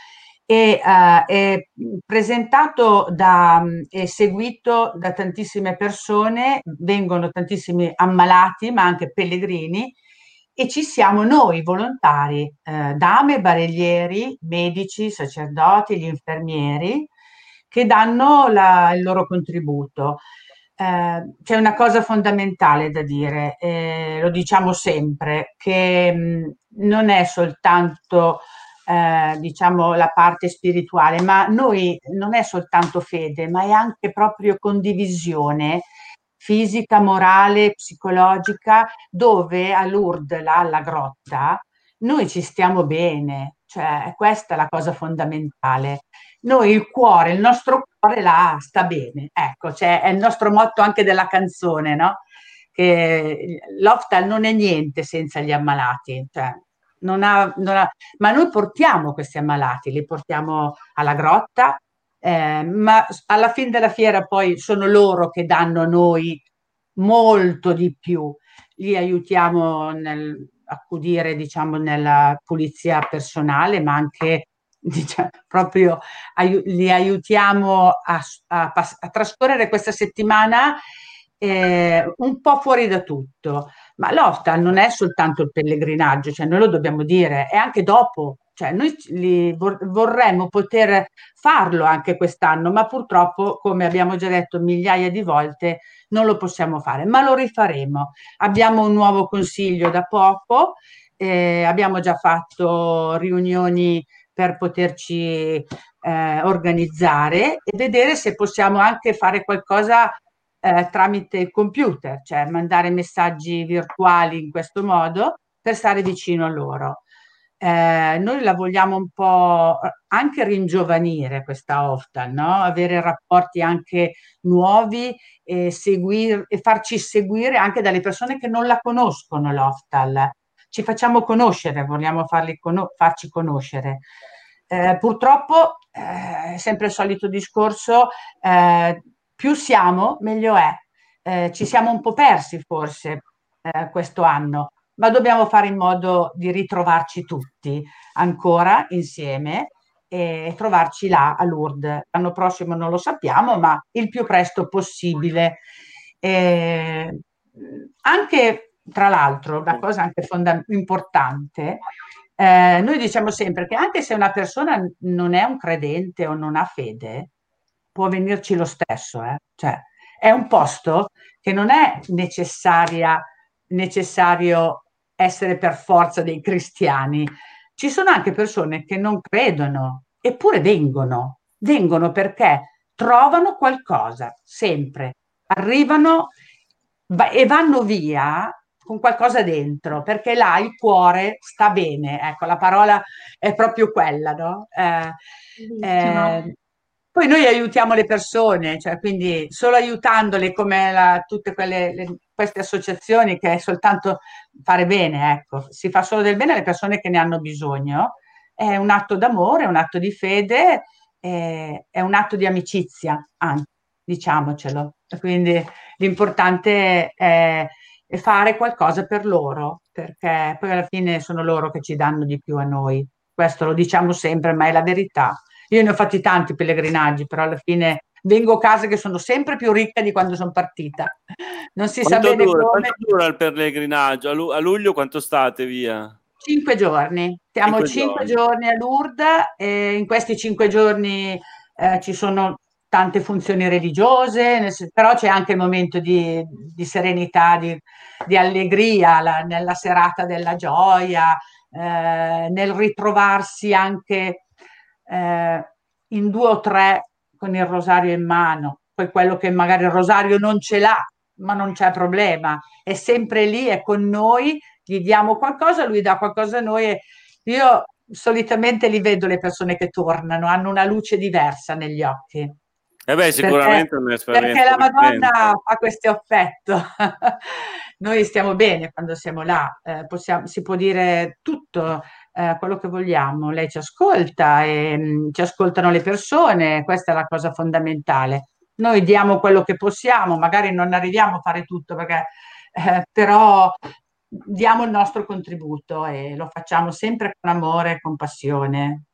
Speaker 4: e uh, è presentato da, è seguito da tantissime persone, vengono tantissimi ammalati ma anche pellegrini, e ci siamo noi volontari, eh, dame, barellieri, medici, sacerdoti, gli infermieri che danno la, il loro contributo. Eh, c'è una cosa fondamentale da dire, eh, lo diciamo sempre, che mh, non è soltanto eh, diciamo la parte spirituale, ma noi non è soltanto fede, ma è anche proprio condivisione fisica, morale, psicologica, dove a Lourdes, là alla grotta, noi ci stiamo bene, cioè questa è la cosa fondamentale. Noi il cuore, il nostro cuore là sta bene, ecco, cioè è il nostro motto anche della canzone, no? Che l'Hoftal non è niente senza gli ammalati, cioè non ha, non ha, ma noi portiamo questi ammalati, li portiamo alla grotta, eh, ma alla fine della fiera poi sono loro che danno a noi molto di più, li aiutiamo nel accudire, diciamo, nella pulizia personale, ma anche diciamo, proprio ai, li aiutiamo a, a, a trascorrere questa settimana eh, un po' fuori da tutto. Ma l'Hoftal non è soltanto il pellegrinaggio, cioè noi lo dobbiamo dire, è anche dopo, cioè noi li vor- vorremmo poter farlo anche quest'anno, ma purtroppo, come abbiamo già detto migliaia di volte, non lo possiamo fare, ma lo rifaremo. Abbiamo un nuovo consiglio da poco, eh, abbiamo già fatto riunioni per poterci eh, organizzare e vedere se possiamo anche fare qualcosa eh, tramite il computer, cioè mandare messaggi virtuali in questo modo per stare vicino a loro. Eh, noi la vogliamo un po' anche ringiovanire questa Hoftal, no? Avere rapporti anche nuovi e, seguir, e farci seguire anche dalle persone che non la conoscono l'Hoftal. Ci facciamo conoscere, vogliamo farli cono- farci conoscere. Eh, purtroppo eh, è sempre il solito discorso, eh, più siamo meglio è. Eh, ci siamo un po' persi forse eh, questo anno, ma dobbiamo fare in modo di ritrovarci tutti ancora insieme e trovarci là a Lourdes. L'anno prossimo non lo sappiamo, ma il più presto possibile. Eh, anche, tra l'altro, una cosa anche fonda- importante, eh, noi diciamo sempre che anche se una persona non è un credente o non ha fede, può venirci lo stesso, eh? Cioè, è un posto che non è necessaria, necessario essere per forza dei cristiani. Ci sono anche persone che non credono, eppure vengono, vengono perché trovano qualcosa, sempre. Arrivano va- e vanno via con qualcosa dentro, perché là il cuore sta bene, ecco, la parola è proprio quella, no? Eh, eh, poi noi aiutiamo le persone, cioè quindi solo aiutandole come la- tutte quelle, le- queste associazioni che è soltanto fare bene, ecco, si fa solo del bene alle persone che ne hanno bisogno, è un atto d'amore, è un atto di fede, è, è un atto di amicizia, anche, diciamocelo. Quindi l'importante è, è fare qualcosa per loro, perché poi alla fine sono loro che ci danno di più a noi. Questo lo diciamo sempre, ma è la verità. Io ne ho fatti tanti pellegrinaggi, però alla fine vengo a casa che sono sempre più ricca di quando sono partita. Non si sa
Speaker 1: Quanto
Speaker 4: bene
Speaker 1: dura,
Speaker 4: come.
Speaker 1: quanto dura il pellegrinaggio? A, lu- a luglio quanto state via?
Speaker 4: Cinque giorni. Siamo
Speaker 1: Cinque
Speaker 4: cinque
Speaker 1: giorni.
Speaker 4: giorni a Lourdes e in questi cinque giorni eh, ci sono tante funzioni religiose, nel sen- però c'è anche il momento di, di serenità, di, di allegria, la- nella serata della gioia, eh, nel ritrovarsi anche eh, in due o tre con il rosario in mano. Poi quello che magari il rosario non ce l'ha, ma non c'è problema, è sempre lì, è con noi, gli diamo qualcosa, lui dà qualcosa a noi. E io solitamente li vedo le persone che tornano, hanno una luce diversa negli occhi.
Speaker 1: Eh beh,
Speaker 4: Perché,
Speaker 1: sicuramente è
Speaker 4: perché
Speaker 1: un'esperienza
Speaker 4: la Madonna
Speaker 1: differente.
Speaker 4: fa questo affetto. Noi stiamo bene quando siamo là, eh, possiamo- si può dire tutto eh, quello che vogliamo. Lei ci ascolta e mh, ci ascoltano le persone, questa è la cosa fondamentale. Noi diamo quello che possiamo, magari non arriviamo a fare tutto, perché, eh, però diamo il nostro contributo e lo facciamo sempre con amore e con passione.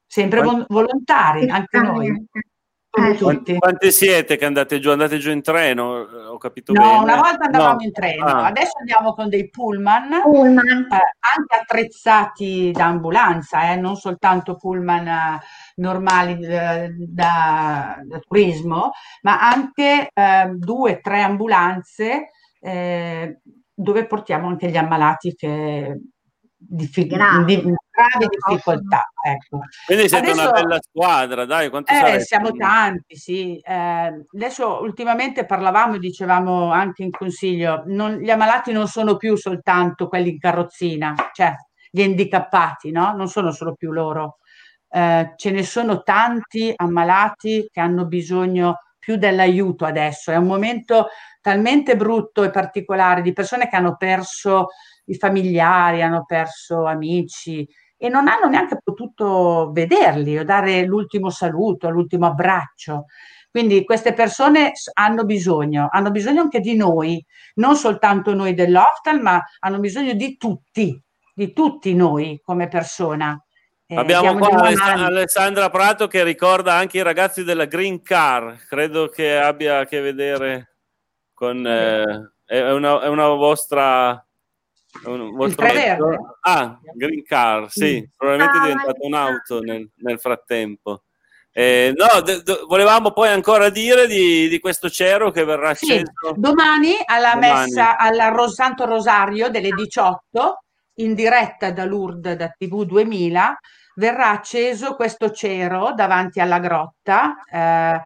Speaker 4: sempre
Speaker 1: Quanti,
Speaker 4: volontari, anche noi. Come
Speaker 2: Eh,
Speaker 4: tutti.
Speaker 1: quanti siete che andate giù? Andate giù in treno? Ho capito
Speaker 4: No,
Speaker 1: bene?
Speaker 4: una volta andavamo
Speaker 1: No.
Speaker 4: in treno,
Speaker 1: Ah.
Speaker 4: adesso andiamo con dei pullman,
Speaker 2: Pullman.
Speaker 4: eh, anche attrezzati da ambulanza, eh, non soltanto pullman eh, normali eh, da, da turismo, ma anche eh, due, tre ambulanze eh, dove portiamo anche gli ammalati che diffi-
Speaker 2: Gravi.
Speaker 4: di gravi difficoltà. Ecco.
Speaker 1: Quindi siete
Speaker 4: Adesso,
Speaker 1: una bella squadra, dai, quanto
Speaker 4: eh,
Speaker 1: sarete?
Speaker 4: siamo tanti, sì. Eh, adesso ultimamente parlavamo e dicevamo anche in consiglio, non- gli ammalati non sono più soltanto quelli in carrozzina, cioè gli handicappati, no? Non sono solo più loro. Eh, ce ne sono tanti ammalati che hanno bisogno più dell'aiuto adesso. È un momento talmente brutto e particolare di persone che hanno perso i familiari, hanno perso amici e non hanno neanche potuto vederli o dare l'ultimo saluto, l'ultimo abbraccio. Quindi queste persone s- hanno bisogno, hanno bisogno anche di noi, non soltanto noi dell'Oftal, ma hanno bisogno di tutti, di tutti noi come persona. Eh,
Speaker 1: Abbiamo
Speaker 4: diamogli
Speaker 1: qua
Speaker 4: una
Speaker 1: Aless-
Speaker 4: mano.
Speaker 1: Alessandra Prato che ricorda anche i ragazzi della Green Car, credo che abbia a che vedere con... eh, è, una, è una vostra... è un vostro
Speaker 4: tre
Speaker 1: mezzo?
Speaker 4: verde?
Speaker 1: Ah, Green Car, sì,
Speaker 4: Mm.
Speaker 1: probabilmente è
Speaker 2: Ah,
Speaker 1: diventata
Speaker 2: Alessandra.
Speaker 1: un'auto nel, nel frattempo. Eh, no, de- de- volevamo poi ancora dire di, di questo cero che verrà
Speaker 4: Sì,
Speaker 1: acceso
Speaker 4: domani alla
Speaker 1: domani.
Speaker 4: messa al Ro- Santo Rosario delle diciotto, in diretta da Lourdes da T V duemila, verrà acceso questo cero davanti alla grotta. eh,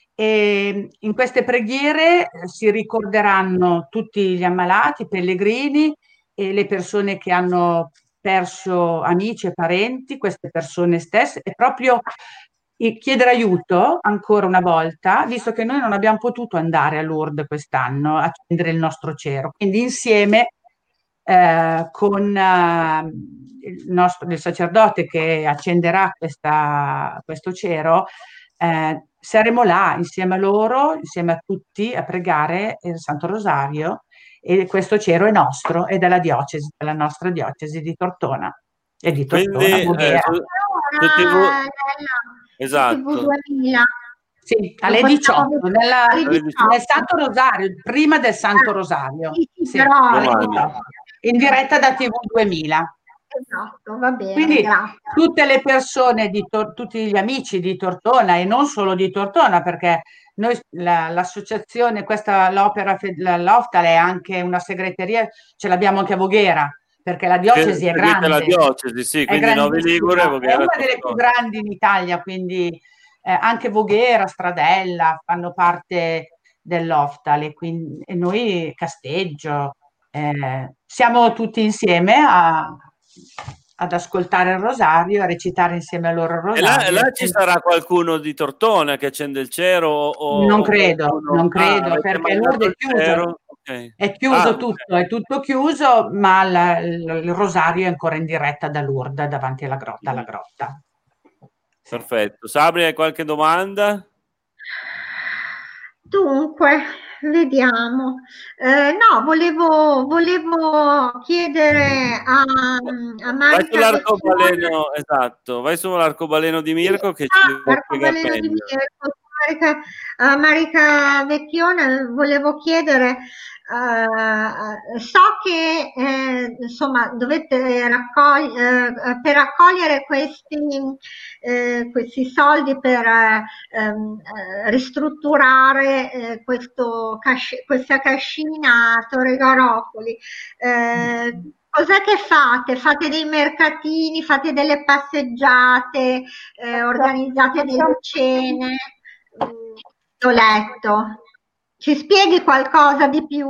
Speaker 4: e in queste preghiere eh, si ricorderanno tutti gli ammalati, i pellegrini e le persone che hanno perso amici e parenti, queste persone stesse, e proprio e chiedere aiuto ancora una volta, visto che noi non abbiamo potuto andare a Lourdes quest'anno a accendere il nostro cero. Quindi insieme eh, con eh, il nostro il sacerdote che accenderà questa, questo cero, eh, saremo là insieme a loro, insieme a tutti, a pregare il Santo Rosario. E questo cero è nostro, è della diocesi, della nostra diocesi di Tortona e di Tortona,
Speaker 1: Quindi eh,
Speaker 4: Voghera.
Speaker 1: su, su T V, esatto.
Speaker 2: T V duemila.
Speaker 4: Sì,
Speaker 2: Lo
Speaker 4: alle
Speaker 2: possiamo
Speaker 4: diciotto,
Speaker 2: vedere
Speaker 4: nella-
Speaker 2: alle
Speaker 1: alle
Speaker 2: diciotto.
Speaker 4: nel Santo Rosario, prima del Santo
Speaker 2: Ah,
Speaker 4: Rosario.
Speaker 2: sì, sì,
Speaker 4: Sì,
Speaker 2: però
Speaker 4: alle
Speaker 1: Domani.
Speaker 4: diciotto, in diretta da T V duemila.
Speaker 2: esatto, va bene,
Speaker 4: Quindi
Speaker 2: grazie.
Speaker 4: tutte le persone, di Tor- tutti gli amici di Tortona e non solo di Tortona, perché noi la- l'associazione, questa l'opera, fe- la- l'Oftal è anche una segreteria, ce l'abbiamo anche a Voghera, perché la diocesi è
Speaker 1: Seguite la
Speaker 4: grande,
Speaker 1: diocesi, sì,
Speaker 4: è
Speaker 1: quindi Novi Ligure,
Speaker 4: grandissima, è
Speaker 1: Voghera,
Speaker 4: una delle più
Speaker 1: Tortona.
Speaker 4: grandi in Italia, quindi eh, anche Voghera, Stradella fanno parte dell'Oftal e, quindi, e noi Casteggio. Eh, siamo tutti insieme a- ad ascoltare il rosario, a recitare insieme a loro il
Speaker 1: E là,
Speaker 4: rosario.
Speaker 1: là ci sarà qualcuno di Tortona che accende il cero? O,
Speaker 4: Non
Speaker 1: o
Speaker 4: credo,
Speaker 1: qualcuno...
Speaker 4: non
Speaker 1: Ah,
Speaker 4: credo,
Speaker 1: avete
Speaker 4: perché
Speaker 1: mandato
Speaker 4: Lourdes è
Speaker 1: il
Speaker 4: chiuso,
Speaker 1: cero? Ok.
Speaker 4: è
Speaker 1: Ah,
Speaker 4: chiuso
Speaker 1: ok.
Speaker 4: tutto, è tutto chiuso, ma la- il, il rosario è ancora in diretta da Lourdes davanti alla grotta, alla grotta. Sì.
Speaker 1: Perfetto. Sabri, hai qualche domanda?
Speaker 2: Dunque, vediamo. Eh, no, volevo, volevo chiedere a, a
Speaker 1: Vai
Speaker 2: Marica Vecchione.
Speaker 1: sull'arcobaleno, esatto, vai sull'arcobaleno di Mirko che ci
Speaker 2: Ah,
Speaker 1: può spiegare
Speaker 2: l'arcobaleno di
Speaker 1: meglio.
Speaker 2: Mirko. Marica, a Marica Vecchione volevo chiedere, eh, so che eh, insomma dovete raccogliere per raccogliere questi, eh, questi soldi per eh, ehm, eh, ristrutturare eh, questo casci- questa cascina a Torre Garofoli. Eh, Cos'è che fate? Fate dei mercatini, fate delle passeggiate, eh, organizzate delle cene? Mm, Ho letto. Ci spieghi qualcosa di più?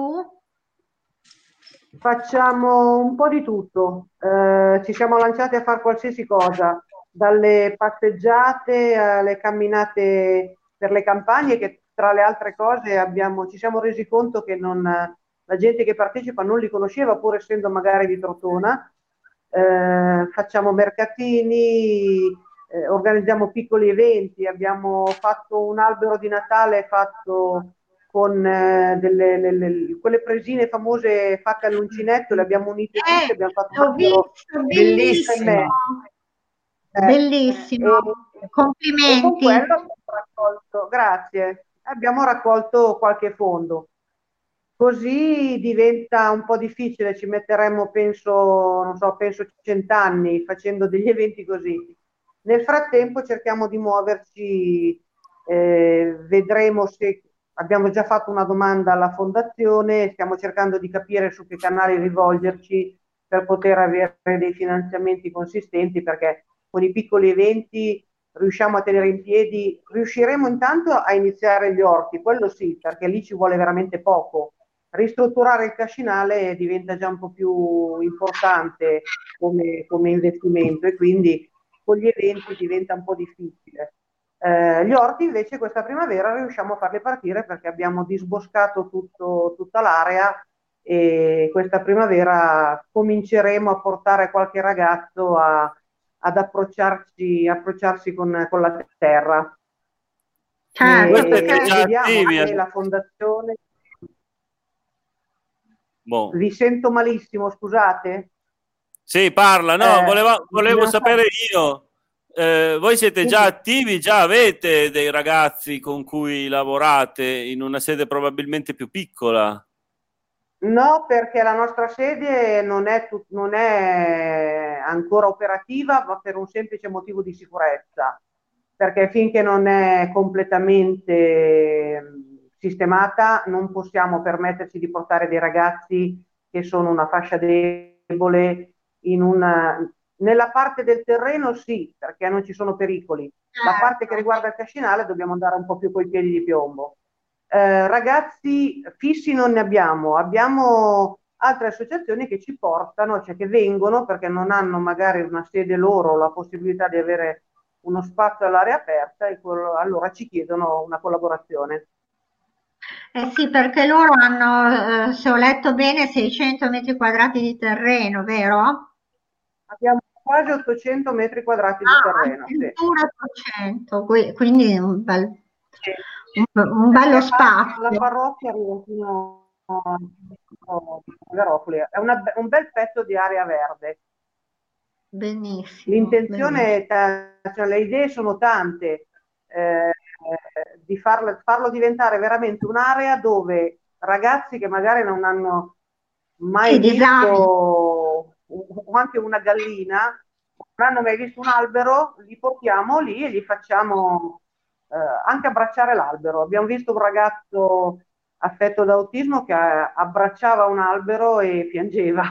Speaker 6: Facciamo un po' di tutto, eh, ci siamo lanciati a fare qualsiasi cosa, dalle passeggiate alle camminate per le campagne, che tra le altre cose abbiamo, ci siamo resi conto che non, la gente che partecipa non li conosceva, pur essendo magari di Tortona. Eh, facciamo mercatini, eh, organizziamo piccoli eventi, abbiamo fatto un albero di Natale fatto con eh, delle, le, le, quelle presine famose fatte all'uncinetto, le abbiamo unite tutte,
Speaker 2: Eh,
Speaker 6: abbiamo fatto un
Speaker 2: l'ho
Speaker 6: albero
Speaker 2: visto, bellissimo.
Speaker 4: Bellissimo.
Speaker 6: Eh,
Speaker 2: Bellissimo,
Speaker 6: e,
Speaker 2: complimenti.
Speaker 6: E con quello abbiamo raccolto, grazie, abbiamo raccolto qualche fondo. Così diventa un po' difficile, ci metteremmo, penso, non so, penso cent'anni facendo degli eventi così. Nel frattempo cerchiamo di muoverci, eh, vedremo se abbiamo già fatto una domanda alla fondazione, stiamo cercando di capire su che canali rivolgerci per poter avere dei finanziamenti consistenti, perché con i piccoli eventi riusciamo a tenere in piedi, riusciremo intanto a iniziare gli orti, quello sì, perché lì ci vuole veramente poco. Ristrutturare il cascinale diventa già un po' più importante come, come investimento e quindi con gli eventi diventa un po' difficile. Eh, gli orti invece questa primavera riusciamo a farli partire perché abbiamo disboscato tutto, tutta l'area e questa primavera cominceremo a portare qualche ragazzo a, ad approcciarci, approcciarsi con, con la terra.
Speaker 2: Certo,
Speaker 1: Voi siete
Speaker 2: perché
Speaker 1: già
Speaker 6: vediamo
Speaker 1: attivi,
Speaker 6: se
Speaker 1: eh?
Speaker 6: la fondazione.
Speaker 1: Boh.
Speaker 6: Vi sento malissimo, scusate.
Speaker 1: Sì, parla. No,
Speaker 6: Eh,
Speaker 1: voleva- volevo
Speaker 6: non so.
Speaker 1: sapere io. Eh, voi siete già attivi, già avete dei ragazzi con cui lavorate in una sede probabilmente più piccola?
Speaker 6: No, perché la nostra sede non è, tut- non è ancora operativa, ma per un semplice motivo di sicurezza. Perché finché non è completamente mh, sistemata, non possiamo permetterci di portare dei ragazzi che sono una fascia debole in una. Nella parte del terreno sì, perché non ci sono pericoli. La parte che riguarda il cascinale dobbiamo andare un po' più coi piedi di piombo. Eh, ragazzi fissi non ne abbiamo, abbiamo altre associazioni che ci portano, cioè che vengono perché non hanno magari una sede loro, la possibilità di avere uno spazio all'aria aperta e quello, allora ci chiedono una collaborazione.
Speaker 2: Eh sì, perché loro hanno, eh, se ho letto bene, seicento metri quadrati di terreno, vero?
Speaker 6: Abbiamo quasi ottocento metri quadrati di
Speaker 2: Ah,
Speaker 6: terreno, sì.
Speaker 2: addirittura ottocento, qui- quindi un, bel,
Speaker 6: Sì.
Speaker 2: un, un bello
Speaker 6: Perché parte- la
Speaker 2: spazio.
Speaker 6: parrocchia arriva fino a Garofoli, è una- un bel pezzo di area verde.
Speaker 2: Benissimo,
Speaker 6: L'intenzione,
Speaker 2: benissimo.
Speaker 6: è, cioè, le idee sono tante, eh, di farlo, farlo diventare veramente un'area dove ragazzi che magari non hanno mai
Speaker 2: Sì, disabili.
Speaker 6: visto o anche una gallina, non hanno mai visto un albero, li portiamo lì e gli facciamo eh, anche abbracciare l'albero. Abbiamo visto un ragazzo affetto da autismo che abbracciava un albero e piangeva.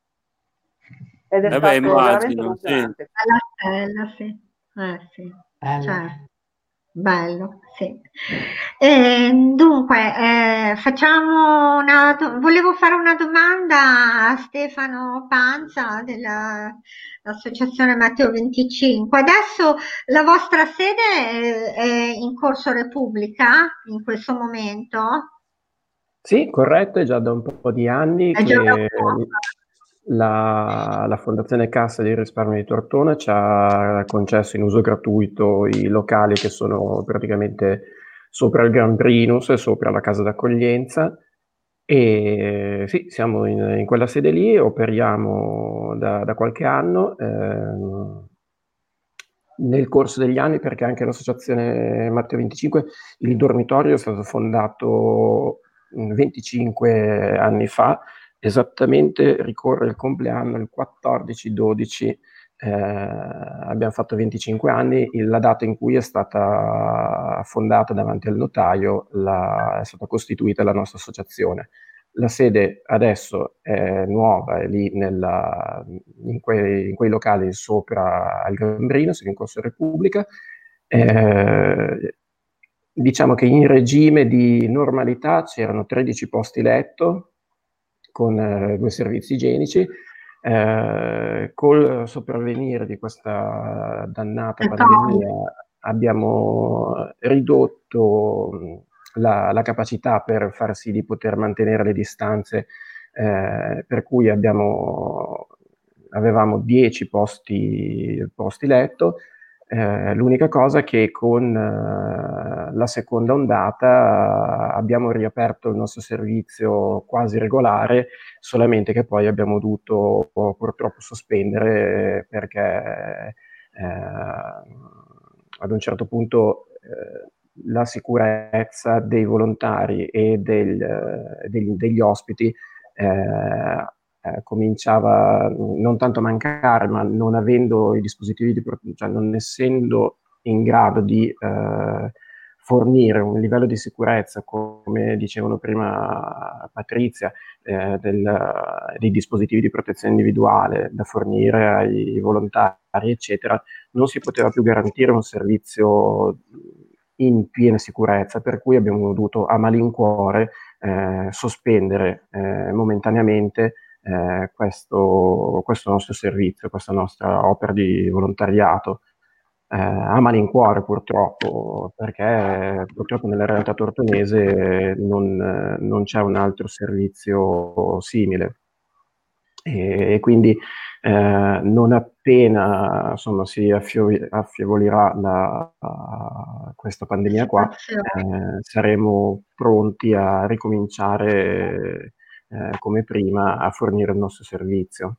Speaker 6: Ed è
Speaker 1: Eh beh,
Speaker 6: stato veramente
Speaker 1: immagino, sì.
Speaker 6: emozionante.
Speaker 2: Bella stella, sì. Eh, sì.
Speaker 4: Bello.
Speaker 2: Certo. Bello, sì. Eh, dunque, eh, facciamo una, do- volevo fare una domanda a Stefano Panza dell'Associazione Matteo venticinque. Adesso la vostra sede è, è in Corso Repubblica in questo momento?
Speaker 7: Sì, corretto, è già da un po' di anni
Speaker 2: È già da un
Speaker 7: che
Speaker 2: po'.
Speaker 7: la, la Fondazione Cassa di Risparmio di Tortona ci ha concesso in uso gratuito i locali che sono praticamente sopra il Gambrinus e sopra la casa d'accoglienza. E sì, siamo in, in quella sede lì, operiamo da, da qualche anno. ehm, nel corso degli anni, perché anche l'associazione Matteo venticinque, il dormitorio è stato fondato mh, venticinque anni fa, esattamente ricorre il compleanno il quattordici dodici, eh, abbiamo fatto venticinque anni, la data in cui è stata fondata davanti al notaio, la, è stata costituita la nostra associazione. La sede adesso è nuova, è lì nella, in, quei, in quei locali sopra al Gambrino, in Corso Repubblica. Eh, diciamo che in regime di normalità c'erano tredici posti letto con eh, due servizi igienici. Eh, col sopravvenire di questa dannata pandemia abbiamo ridotto la, la capacità per far sì di poter mantenere le distanze, eh, per cui abbiamo, avevamo dieci posti, posti letto. Eh, l'unica cosa è che con eh, la seconda ondata eh, abbiamo riaperto il nostro servizio quasi regolare, solamente che poi abbiamo dovuto purtroppo sospendere perché eh, ad un certo punto eh, la sicurezza dei volontari e del, eh, degli, degli ospiti eh, eh, cominciava non tanto a mancare, ma non avendo i dispositivi di protezione, cioè non essendo in grado di eh, fornire un livello di sicurezza, come dicevano prima Patrizia, eh, del, dei dispositivi di protezione individuale da fornire ai volontari, eccetera, non si poteva più garantire un servizio in piena sicurezza, per cui abbiamo dovuto a malincuore eh, sospendere eh, momentaneamente eh, questo, questo nostro servizio, questa nostra opera di volontariato. Eh, a malincuore purtroppo, perché purtroppo nella realtà tortonese non, non c'è un altro servizio simile. E, e quindi eh, non appena insomma, si affio- affievolirà la, la, questa pandemia qua, eh, saremo pronti a ricominciare eh, come prima a fornire il nostro servizio.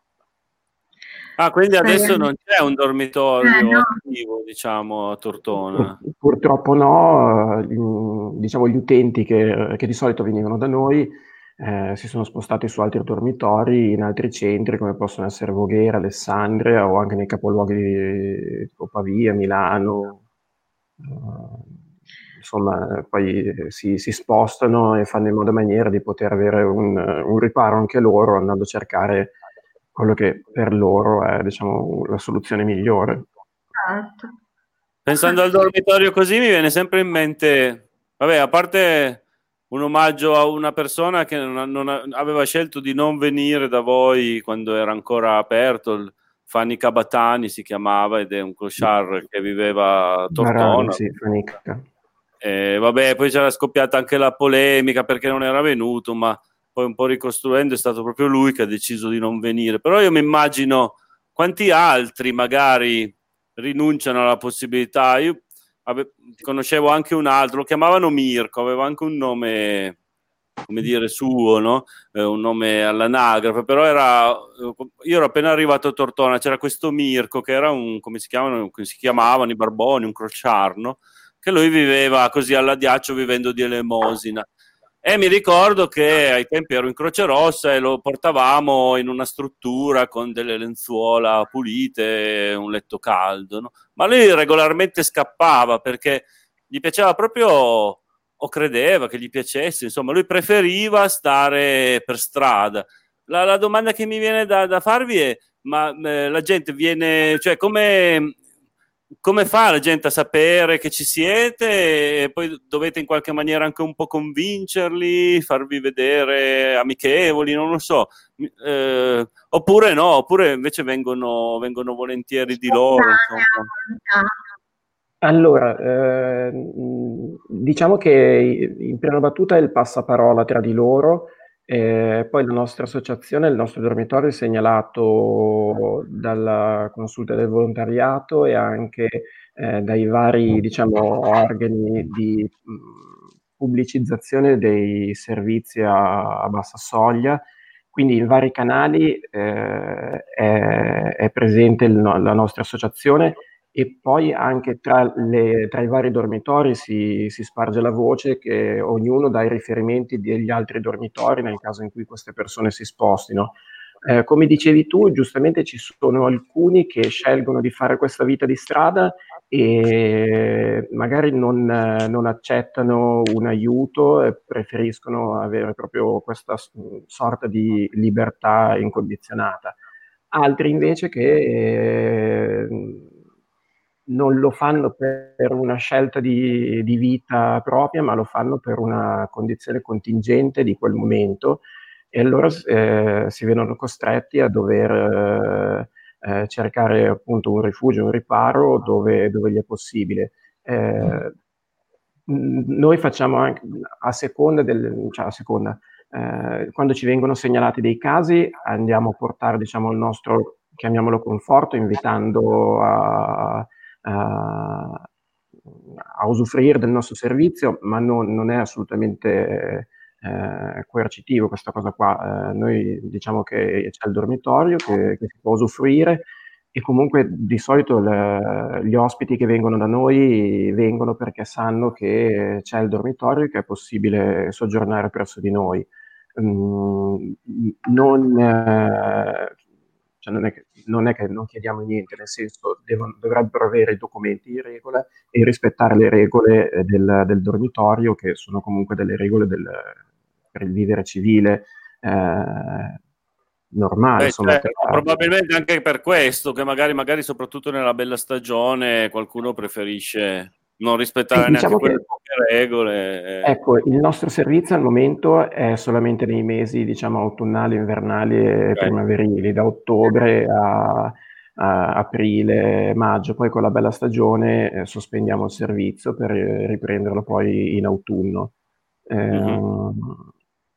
Speaker 1: Ah, quindi adesso non c'è un dormitorio
Speaker 2: eh, no.
Speaker 1: attivo, diciamo, a Tortona?
Speaker 7: Pur, purtroppo no, eh, diciamo gli utenti che, che di solito venivano da noi eh, si sono spostati su altri dormitori in altri centri come possono essere Voghera, Alessandria o anche nei capoluoghi di, tipo Pavia, Milano. Uh, insomma, poi si, si spostano e fanno in modo e maniera di poter avere un, un riparo anche loro, andando a cercare quello che per loro è, diciamo, la soluzione migliore.
Speaker 2: Certo.
Speaker 1: Pensando al dormitorio così mi viene sempre in mente, vabbè, a parte un omaggio a una persona che non, non aveva scelto di non venire da voi quando era ancora aperto, il Fanny Cabatani si chiamava, ed è un clochard che viveva a Tortona.
Speaker 7: Sì,
Speaker 1: eh, vabbè, poi c'era scoppiata anche la polemica perché non era venuto, ma poi un po' ricostruendo è stato proprio lui che ha deciso di non venire. Però io mi immagino quanti altri magari rinunciano alla possibilità. Io ave- conoscevo anche un altro, lo chiamavano Mirko, aveva anche un nome, come dire, suo, no? Eh, un nome all'anagrafe, però era, io ero appena arrivato a Tortona, c'era questo Mirko che era un, come si chiamano, come si chiamavano i barboni, un crociarno, che lui viveva così all'addiaccio vivendo di elemosina. E mi ricordo che ai tempi ero in Croce Rossa e lo portavamo in una struttura con delle lenzuola pulite, un letto caldo, no? Ma lui regolarmente scappava perché gli piaceva proprio, o credeva che gli piacesse, insomma, lui preferiva stare per strada. La, la domanda che mi viene da, da farvi è: ma eh, la gente viene, cioè come... come fa la gente a sapere che ci siete e poi dovete in qualche maniera anche un po' convincerli, farvi vedere amichevoli, non lo so, eh, oppure no, oppure invece vengono, vengono volentieri di loro, insomma.
Speaker 7: Allora, eh, diciamo che in prima battuta è il passaparola tra di loro. Eh, poi la nostra associazione, il nostro dormitorio è segnalato dalla consulta del volontariato e anche eh, dai vari, diciamo, organi di mh, pubblicizzazione dei servizi a, a bassa soglia. Quindi in vari canali eh, è, è presente il, la nostra associazione. E poi anche tra, le, tra i vari dormitori si, si sparge la voce che ognuno dà i riferimenti degli altri dormitori nel caso in cui queste persone si spostino. Eh, come dicevi tu, giustamente ci sono alcuni che scelgono di fare questa vita di strada e magari non, non accettano un aiuto e preferiscono avere proprio questa sorta di libertà incondizionata. Altri invece che... Eh, non lo fanno per una scelta di, di vita propria, ma lo fanno per una condizione contingente di quel momento e allora eh, si vedono costretti a dover eh, eh, cercare appunto un rifugio, un riparo dove, dove gli è possibile. Eh, noi facciamo anche a seconda del, cioè a seconda, eh, quando ci vengono segnalati dei casi andiamo a portare diciamo il nostro, chiamiamolo conforto, invitando a Uh, a usufruire del nostro servizio, ma non, non è assolutamente eh, coercitivo questa cosa qua. Eh, noi diciamo che c'è il dormitorio che, che si può usufruire, e comunque di solito le, gli ospiti che vengono da noi vengono perché sanno che c'è il dormitorio e che è possibile soggiornare presso di noi. Mm, non, eh, cioè non, è che, non è che non chiediamo niente, nel senso devono, dovrebbero avere i documenti in regola e rispettare le regole del, del dormitorio, che sono comunque delle regole del, per il vivere civile eh, normale.
Speaker 1: Beh,
Speaker 7: insomma,
Speaker 1: certo,
Speaker 7: per-
Speaker 1: probabilmente anche per questo, che magari, magari soprattutto nella bella stagione qualcuno preferisce non rispettare
Speaker 7: sì,
Speaker 1: neanche
Speaker 7: diciamo
Speaker 1: quelle
Speaker 7: che
Speaker 1: poche regole. eh.
Speaker 7: ecco, il nostro servizio al momento è solamente nei mesi, diciamo, autunnali, invernali e
Speaker 1: Ok.
Speaker 7: primaverili, da ottobre a, a aprile, maggio. Poi con la bella stagione eh, sospendiamo il servizio per eh, riprenderlo poi in autunno.
Speaker 1: Mhm.
Speaker 7: Ehm,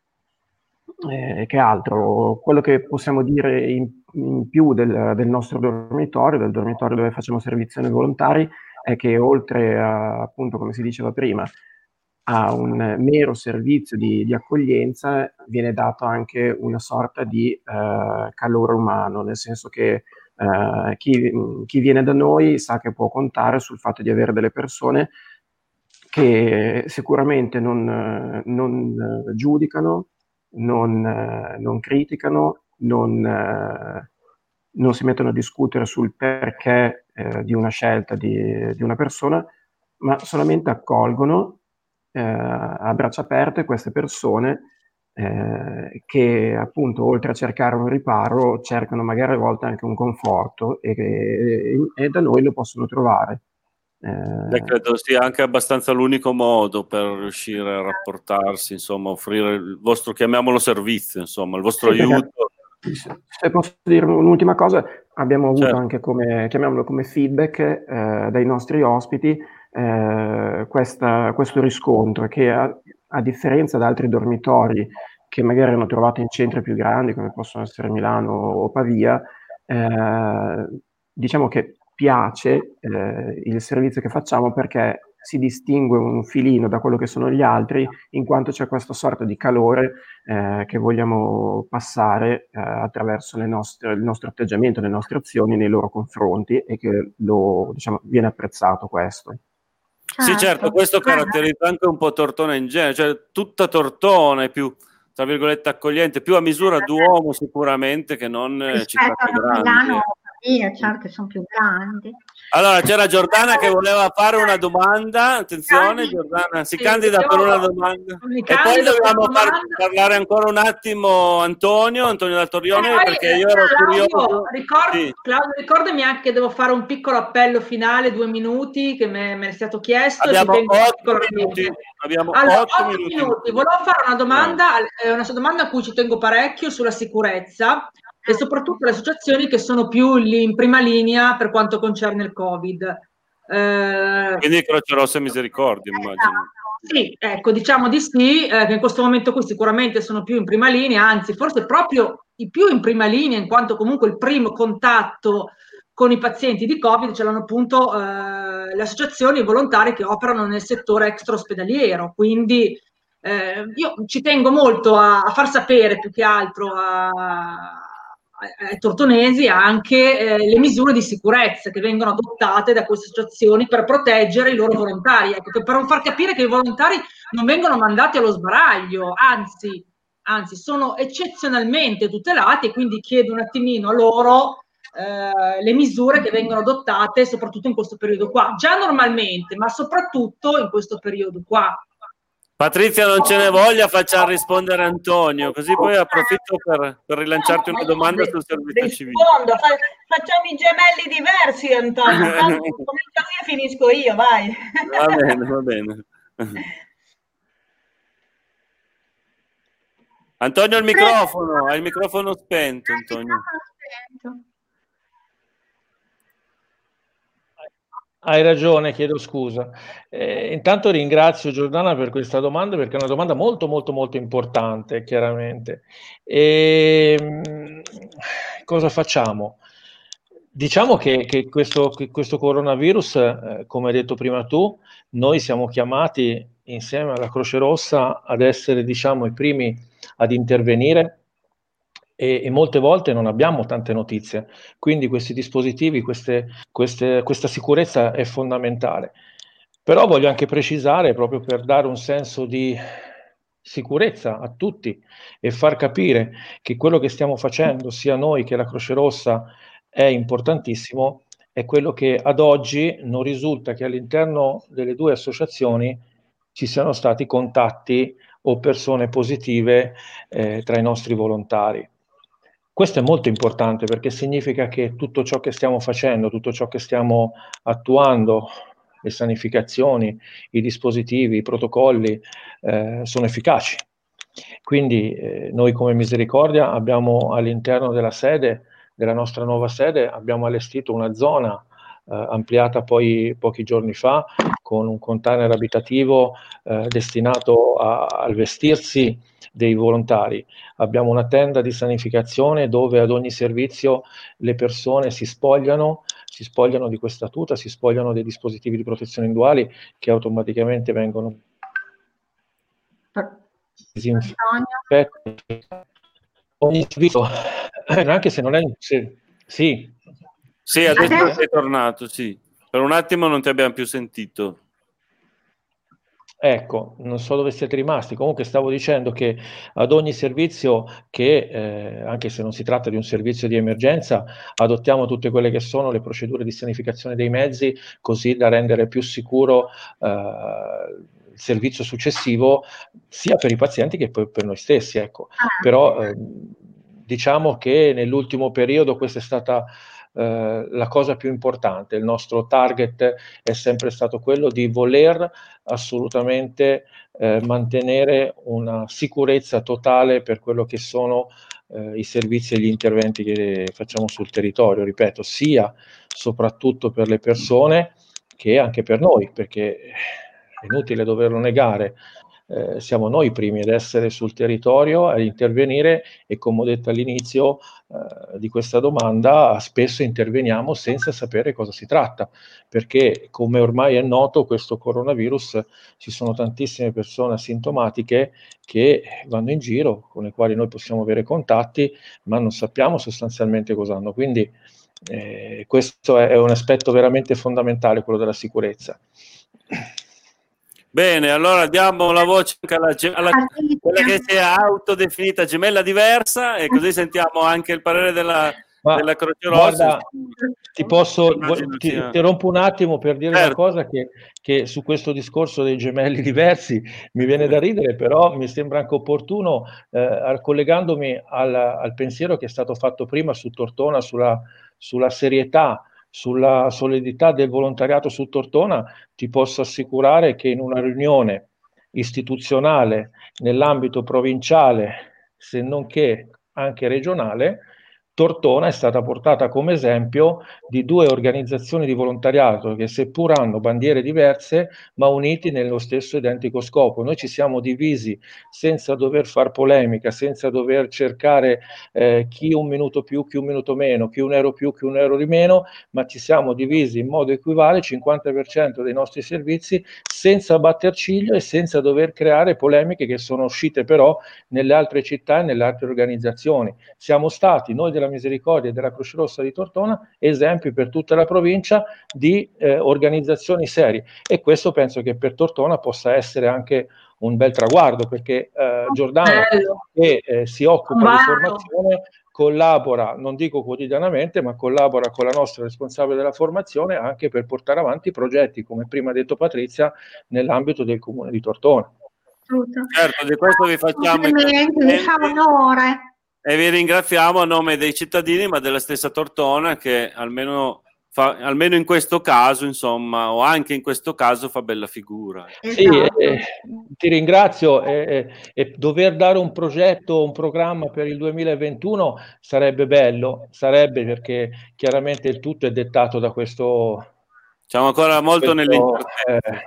Speaker 7: eh, che altro? Quello che possiamo dire in, in più del, del nostro dormitorio, del dormitorio dove facciamo servizio ai volontari, è che oltre a, appunto, come si diceva prima, a un mero servizio di, di accoglienza, viene dato anche una sorta di eh, calore umano, nel senso che eh, chi, chi viene da noi sa che può contare sul fatto di avere delle persone che sicuramente non, non eh, giudicano, non, eh, non criticano, non, eh, non si mettono a discutere sul perché eh, di una scelta di, di una persona, ma solamente accolgono eh, a braccia aperte queste persone eh, che appunto oltre a cercare un riparo cercano magari a volte anche un conforto e, e, e da noi lo possono trovare.
Speaker 1: Beh,
Speaker 7: Eh,
Speaker 1: credo sia anche abbastanza l'unico modo per riuscire a rapportarsi, insomma, offrire il vostro, chiamiamolo servizio, insomma, il vostro
Speaker 7: Sì, perché
Speaker 1: aiuto.
Speaker 7: se posso dire un'ultima cosa, abbiamo avuto
Speaker 1: Certo.
Speaker 7: anche come, chiamiamolo come feedback eh, dai nostri ospiti eh, questa, questo riscontro che a, a differenza da altri dormitori che magari hanno trovato in centri più grandi come possono essere Milano o Pavia, eh, diciamo che piace eh, il servizio che facciamo perché si distingue un filino da quello che sono gli altri in quanto c'è questa sorta di calore eh, che vogliamo passare eh, attraverso le nostre, il nostro atteggiamento, le nostre azioni nei loro confronti e che lo, diciamo, viene apprezzato questo.
Speaker 1: Sì, certo, questo caratterizza anche un po' Tortona in genere, cioè tutta Tortona è più, tra virgolette, accogliente, più a misura d'uomo sicuramente che non eh, città
Speaker 2: Rispetto
Speaker 1: più
Speaker 2: a
Speaker 1: grandi.
Speaker 2: Milano o Pavia, certo, sono più grandi.
Speaker 1: Allora, c'era Giordana che voleva fare una domanda, attenzione, Giordana si
Speaker 5: Sì,
Speaker 1: candida
Speaker 5: io
Speaker 1: per una domanda.
Speaker 5: mi
Speaker 1: E poi
Speaker 5: candido per
Speaker 1: dobbiamo
Speaker 5: una
Speaker 1: far
Speaker 5: domanda.
Speaker 1: parlare ancora un attimo Antonio, Antonio Dal
Speaker 5: E
Speaker 1: Torrione,
Speaker 5: poi,
Speaker 1: perché
Speaker 5: eh,
Speaker 1: io ero
Speaker 5: Claudio,
Speaker 1: curioso.
Speaker 5: ricord-
Speaker 1: Sì.
Speaker 5: Claudio, ricordami anche che devo fare un piccolo appello finale, due minuti, che me, me è stato chiesto e ti
Speaker 1: Abbiamo
Speaker 5: tengo
Speaker 1: otto minuti.
Speaker 5: particolarmente.
Speaker 1: Abbiamo
Speaker 5: Allora,
Speaker 1: otto
Speaker 5: otto
Speaker 1: minuti.
Speaker 5: minuti. Volevo fare una
Speaker 1: Vai.
Speaker 5: domanda, eh, una domanda a cui ci tengo parecchio sulla sicurezza e soprattutto le associazioni che sono più lì in prima linea per quanto concerne il Covid. Eh,
Speaker 1: Quindi Croce Rossa e Misericordia, immagino.
Speaker 5: sì, ecco, diciamo di sì, eh, che in questo momento qui sicuramente sono più in prima linea, anzi forse proprio i più in prima linea, in quanto comunque il primo contatto con i pazienti di Covid ce l'hanno appunto eh, le associazioni e i volontari che operano nel settore extraospedaliero. Quindi eh, io ci tengo molto a, a far sapere più che altro a, ai tortonesi anche eh, le misure di sicurezza che vengono adottate da queste associazioni per proteggere i loro volontari, ecco, per non far capire che i volontari non vengono mandati allo sbaraglio, anzi, anzi sono eccezionalmente tutelati e quindi chiedo un attimino a loro eh, le misure che vengono adottate soprattutto in questo periodo qua, già normalmente, ma soprattutto in questo periodo qua.
Speaker 1: Patrizia non ce ne voglia, facciamo rispondere Antonio, così poi approfitto per, per rilanciarti una domanda sul servizio civile.
Speaker 3: Rispondo, fa- facciamo i gemelli diversi, Antonio. Intanto comincio io e finisco io, vai.
Speaker 1: Va bene, va bene. Antonio il microfono, hai il microfono spento, Antonio.
Speaker 8: Hai ragione, chiedo scusa. Eh, intanto ringrazio Giordana per questa domanda perché è una domanda molto molto molto importante, chiaramente. E, mh, cosa facciamo? Diciamo che, che, questo, che questo coronavirus, eh, come hai detto prima tu, noi siamo chiamati insieme alla Croce Rossa ad essere, diciamo, i primi ad intervenire e, e molte volte non abbiamo tante notizie, quindi questi dispositivi, queste, queste, questa sicurezza è fondamentale. Però voglio anche precisare, proprio per dare un senso di sicurezza a tutti e far capire che quello che stiamo facendo, sia noi che la Croce Rossa, è importantissimo, è quello che ad oggi non risulta che all'interno delle due associazioni ci siano stati contatti o persone positive eh, tra i nostri volontari. Questo è molto importante perché significa che tutto ciò che stiamo facendo, tutto ciò che stiamo attuando, le sanificazioni, i dispositivi, i protocolli, eh, sono efficaci. Quindi eh, noi come Misericordia abbiamo all'interno della sede, della nostra nuova sede, abbiamo allestito una zona eh, ampliata poi pochi giorni fa con un container abitativo eh, destinato a, al vestirsi dei volontari. Abbiamo una tenda di sanificazione dove ad ogni servizio le persone si spogliano, si spogliano di questa tuta, si spogliano dei dispositivi di protezione individuali che automaticamente vengono disinfettati. Ogni servizio, anche se non è... Se, sì.
Speaker 1: Sì, adesso, adesso sei tornato, sì. Per un attimo non ti abbiamo più sentito.
Speaker 8: Ecco, non so dove siete rimasti, comunque stavo dicendo che ad ogni servizio che, eh, anche se non si tratta di un servizio di emergenza, adottiamo tutte quelle che sono le procedure di sanificazione dei mezzi, così da rendere più sicuro eh, il servizio successivo, sia per i pazienti che poi per noi stessi. Ecco. Però eh, diciamo che nell'ultimo periodo questa è stata Uh, la cosa più importante. Il nostro target è sempre stato quello di voler assolutamente uh, mantenere una sicurezza totale per quello che sono uh, i servizi e gli interventi che facciamo sul territorio, ripeto, sia soprattutto per le persone che anche per noi, perché è inutile doverlo negare. Eh, siamo noi i primi ad essere sul territorio, a intervenire e, come ho detto all'inizio eh, di questa domanda, spesso interveniamo senza sapere cosa si tratta, perché come ormai è noto questo coronavirus, ci sono tantissime persone asintomatiche che vanno in giro, con le quali noi possiamo avere contatti, ma non sappiamo sostanzialmente cosa hanno. Quindi eh, questo è un aspetto veramente fondamentale, quello della sicurezza.
Speaker 1: Bene, allora diamo la voce anche alla, alla quella che si è autodefinita gemella diversa e così sentiamo anche il parere della, della Croce Rossa.
Speaker 8: Guarda, ti posso, ti, ti rompo un attimo per dire certo. Una cosa che, che su questo discorso dei gemelli diversi mi viene da ridere, però mi sembra anche opportuno, eh, collegandomi al, al pensiero che è stato fatto prima su Tortona, sulla, sulla serietà, sulla solidità del volontariato su Tortona, ti posso assicurare che in una riunione istituzionale nell'ambito provinciale, se non che anche regionale, Tortona è stata portata come esempio di due organizzazioni di volontariato che seppur hanno bandiere diverse ma uniti nello stesso identico scopo. Noi ci siamo divisi senza dover far polemica, senza dover cercare eh, chi un minuto più, chi un minuto meno, chi un euro più, chi un euro di meno, ma ci siamo divisi in modo equivale, cinquanta per cento dei nostri servizi, senza batter ciglio e senza dover creare polemiche che sono uscite però nelle altre città e nelle altre organizzazioni. Siamo stati, noi della Misericordia e della Croce Rossa di Tortona, esempi per tutta la provincia di eh, organizzazioni serie, e questo penso che per Tortona possa essere anche un bel traguardo, perché eh, Giordano, che eh, si occupa wow. di formazione, collabora, non dico quotidianamente, ma collabora con la nostra responsabile della formazione anche per portare avanti progetti, come prima ha detto Patrizia, nell'ambito del comune di Tortona.
Speaker 1: Certo, di questo vi facciamo
Speaker 2: mi fa onore.
Speaker 1: E vi ringraziamo a nome dei cittadini, ma della stessa Tortona, che almeno, fa, almeno in questo caso, insomma, o anche in questo caso, fa bella figura.
Speaker 8: Sì, eh, ti ringrazio. Eh, e dover dare un progetto, un programma per il duemilaventuno sarebbe bello, sarebbe, perché chiaramente il tutto è dettato da questo...
Speaker 1: Siamo ancora molto nell'incertezza.
Speaker 8: Eh,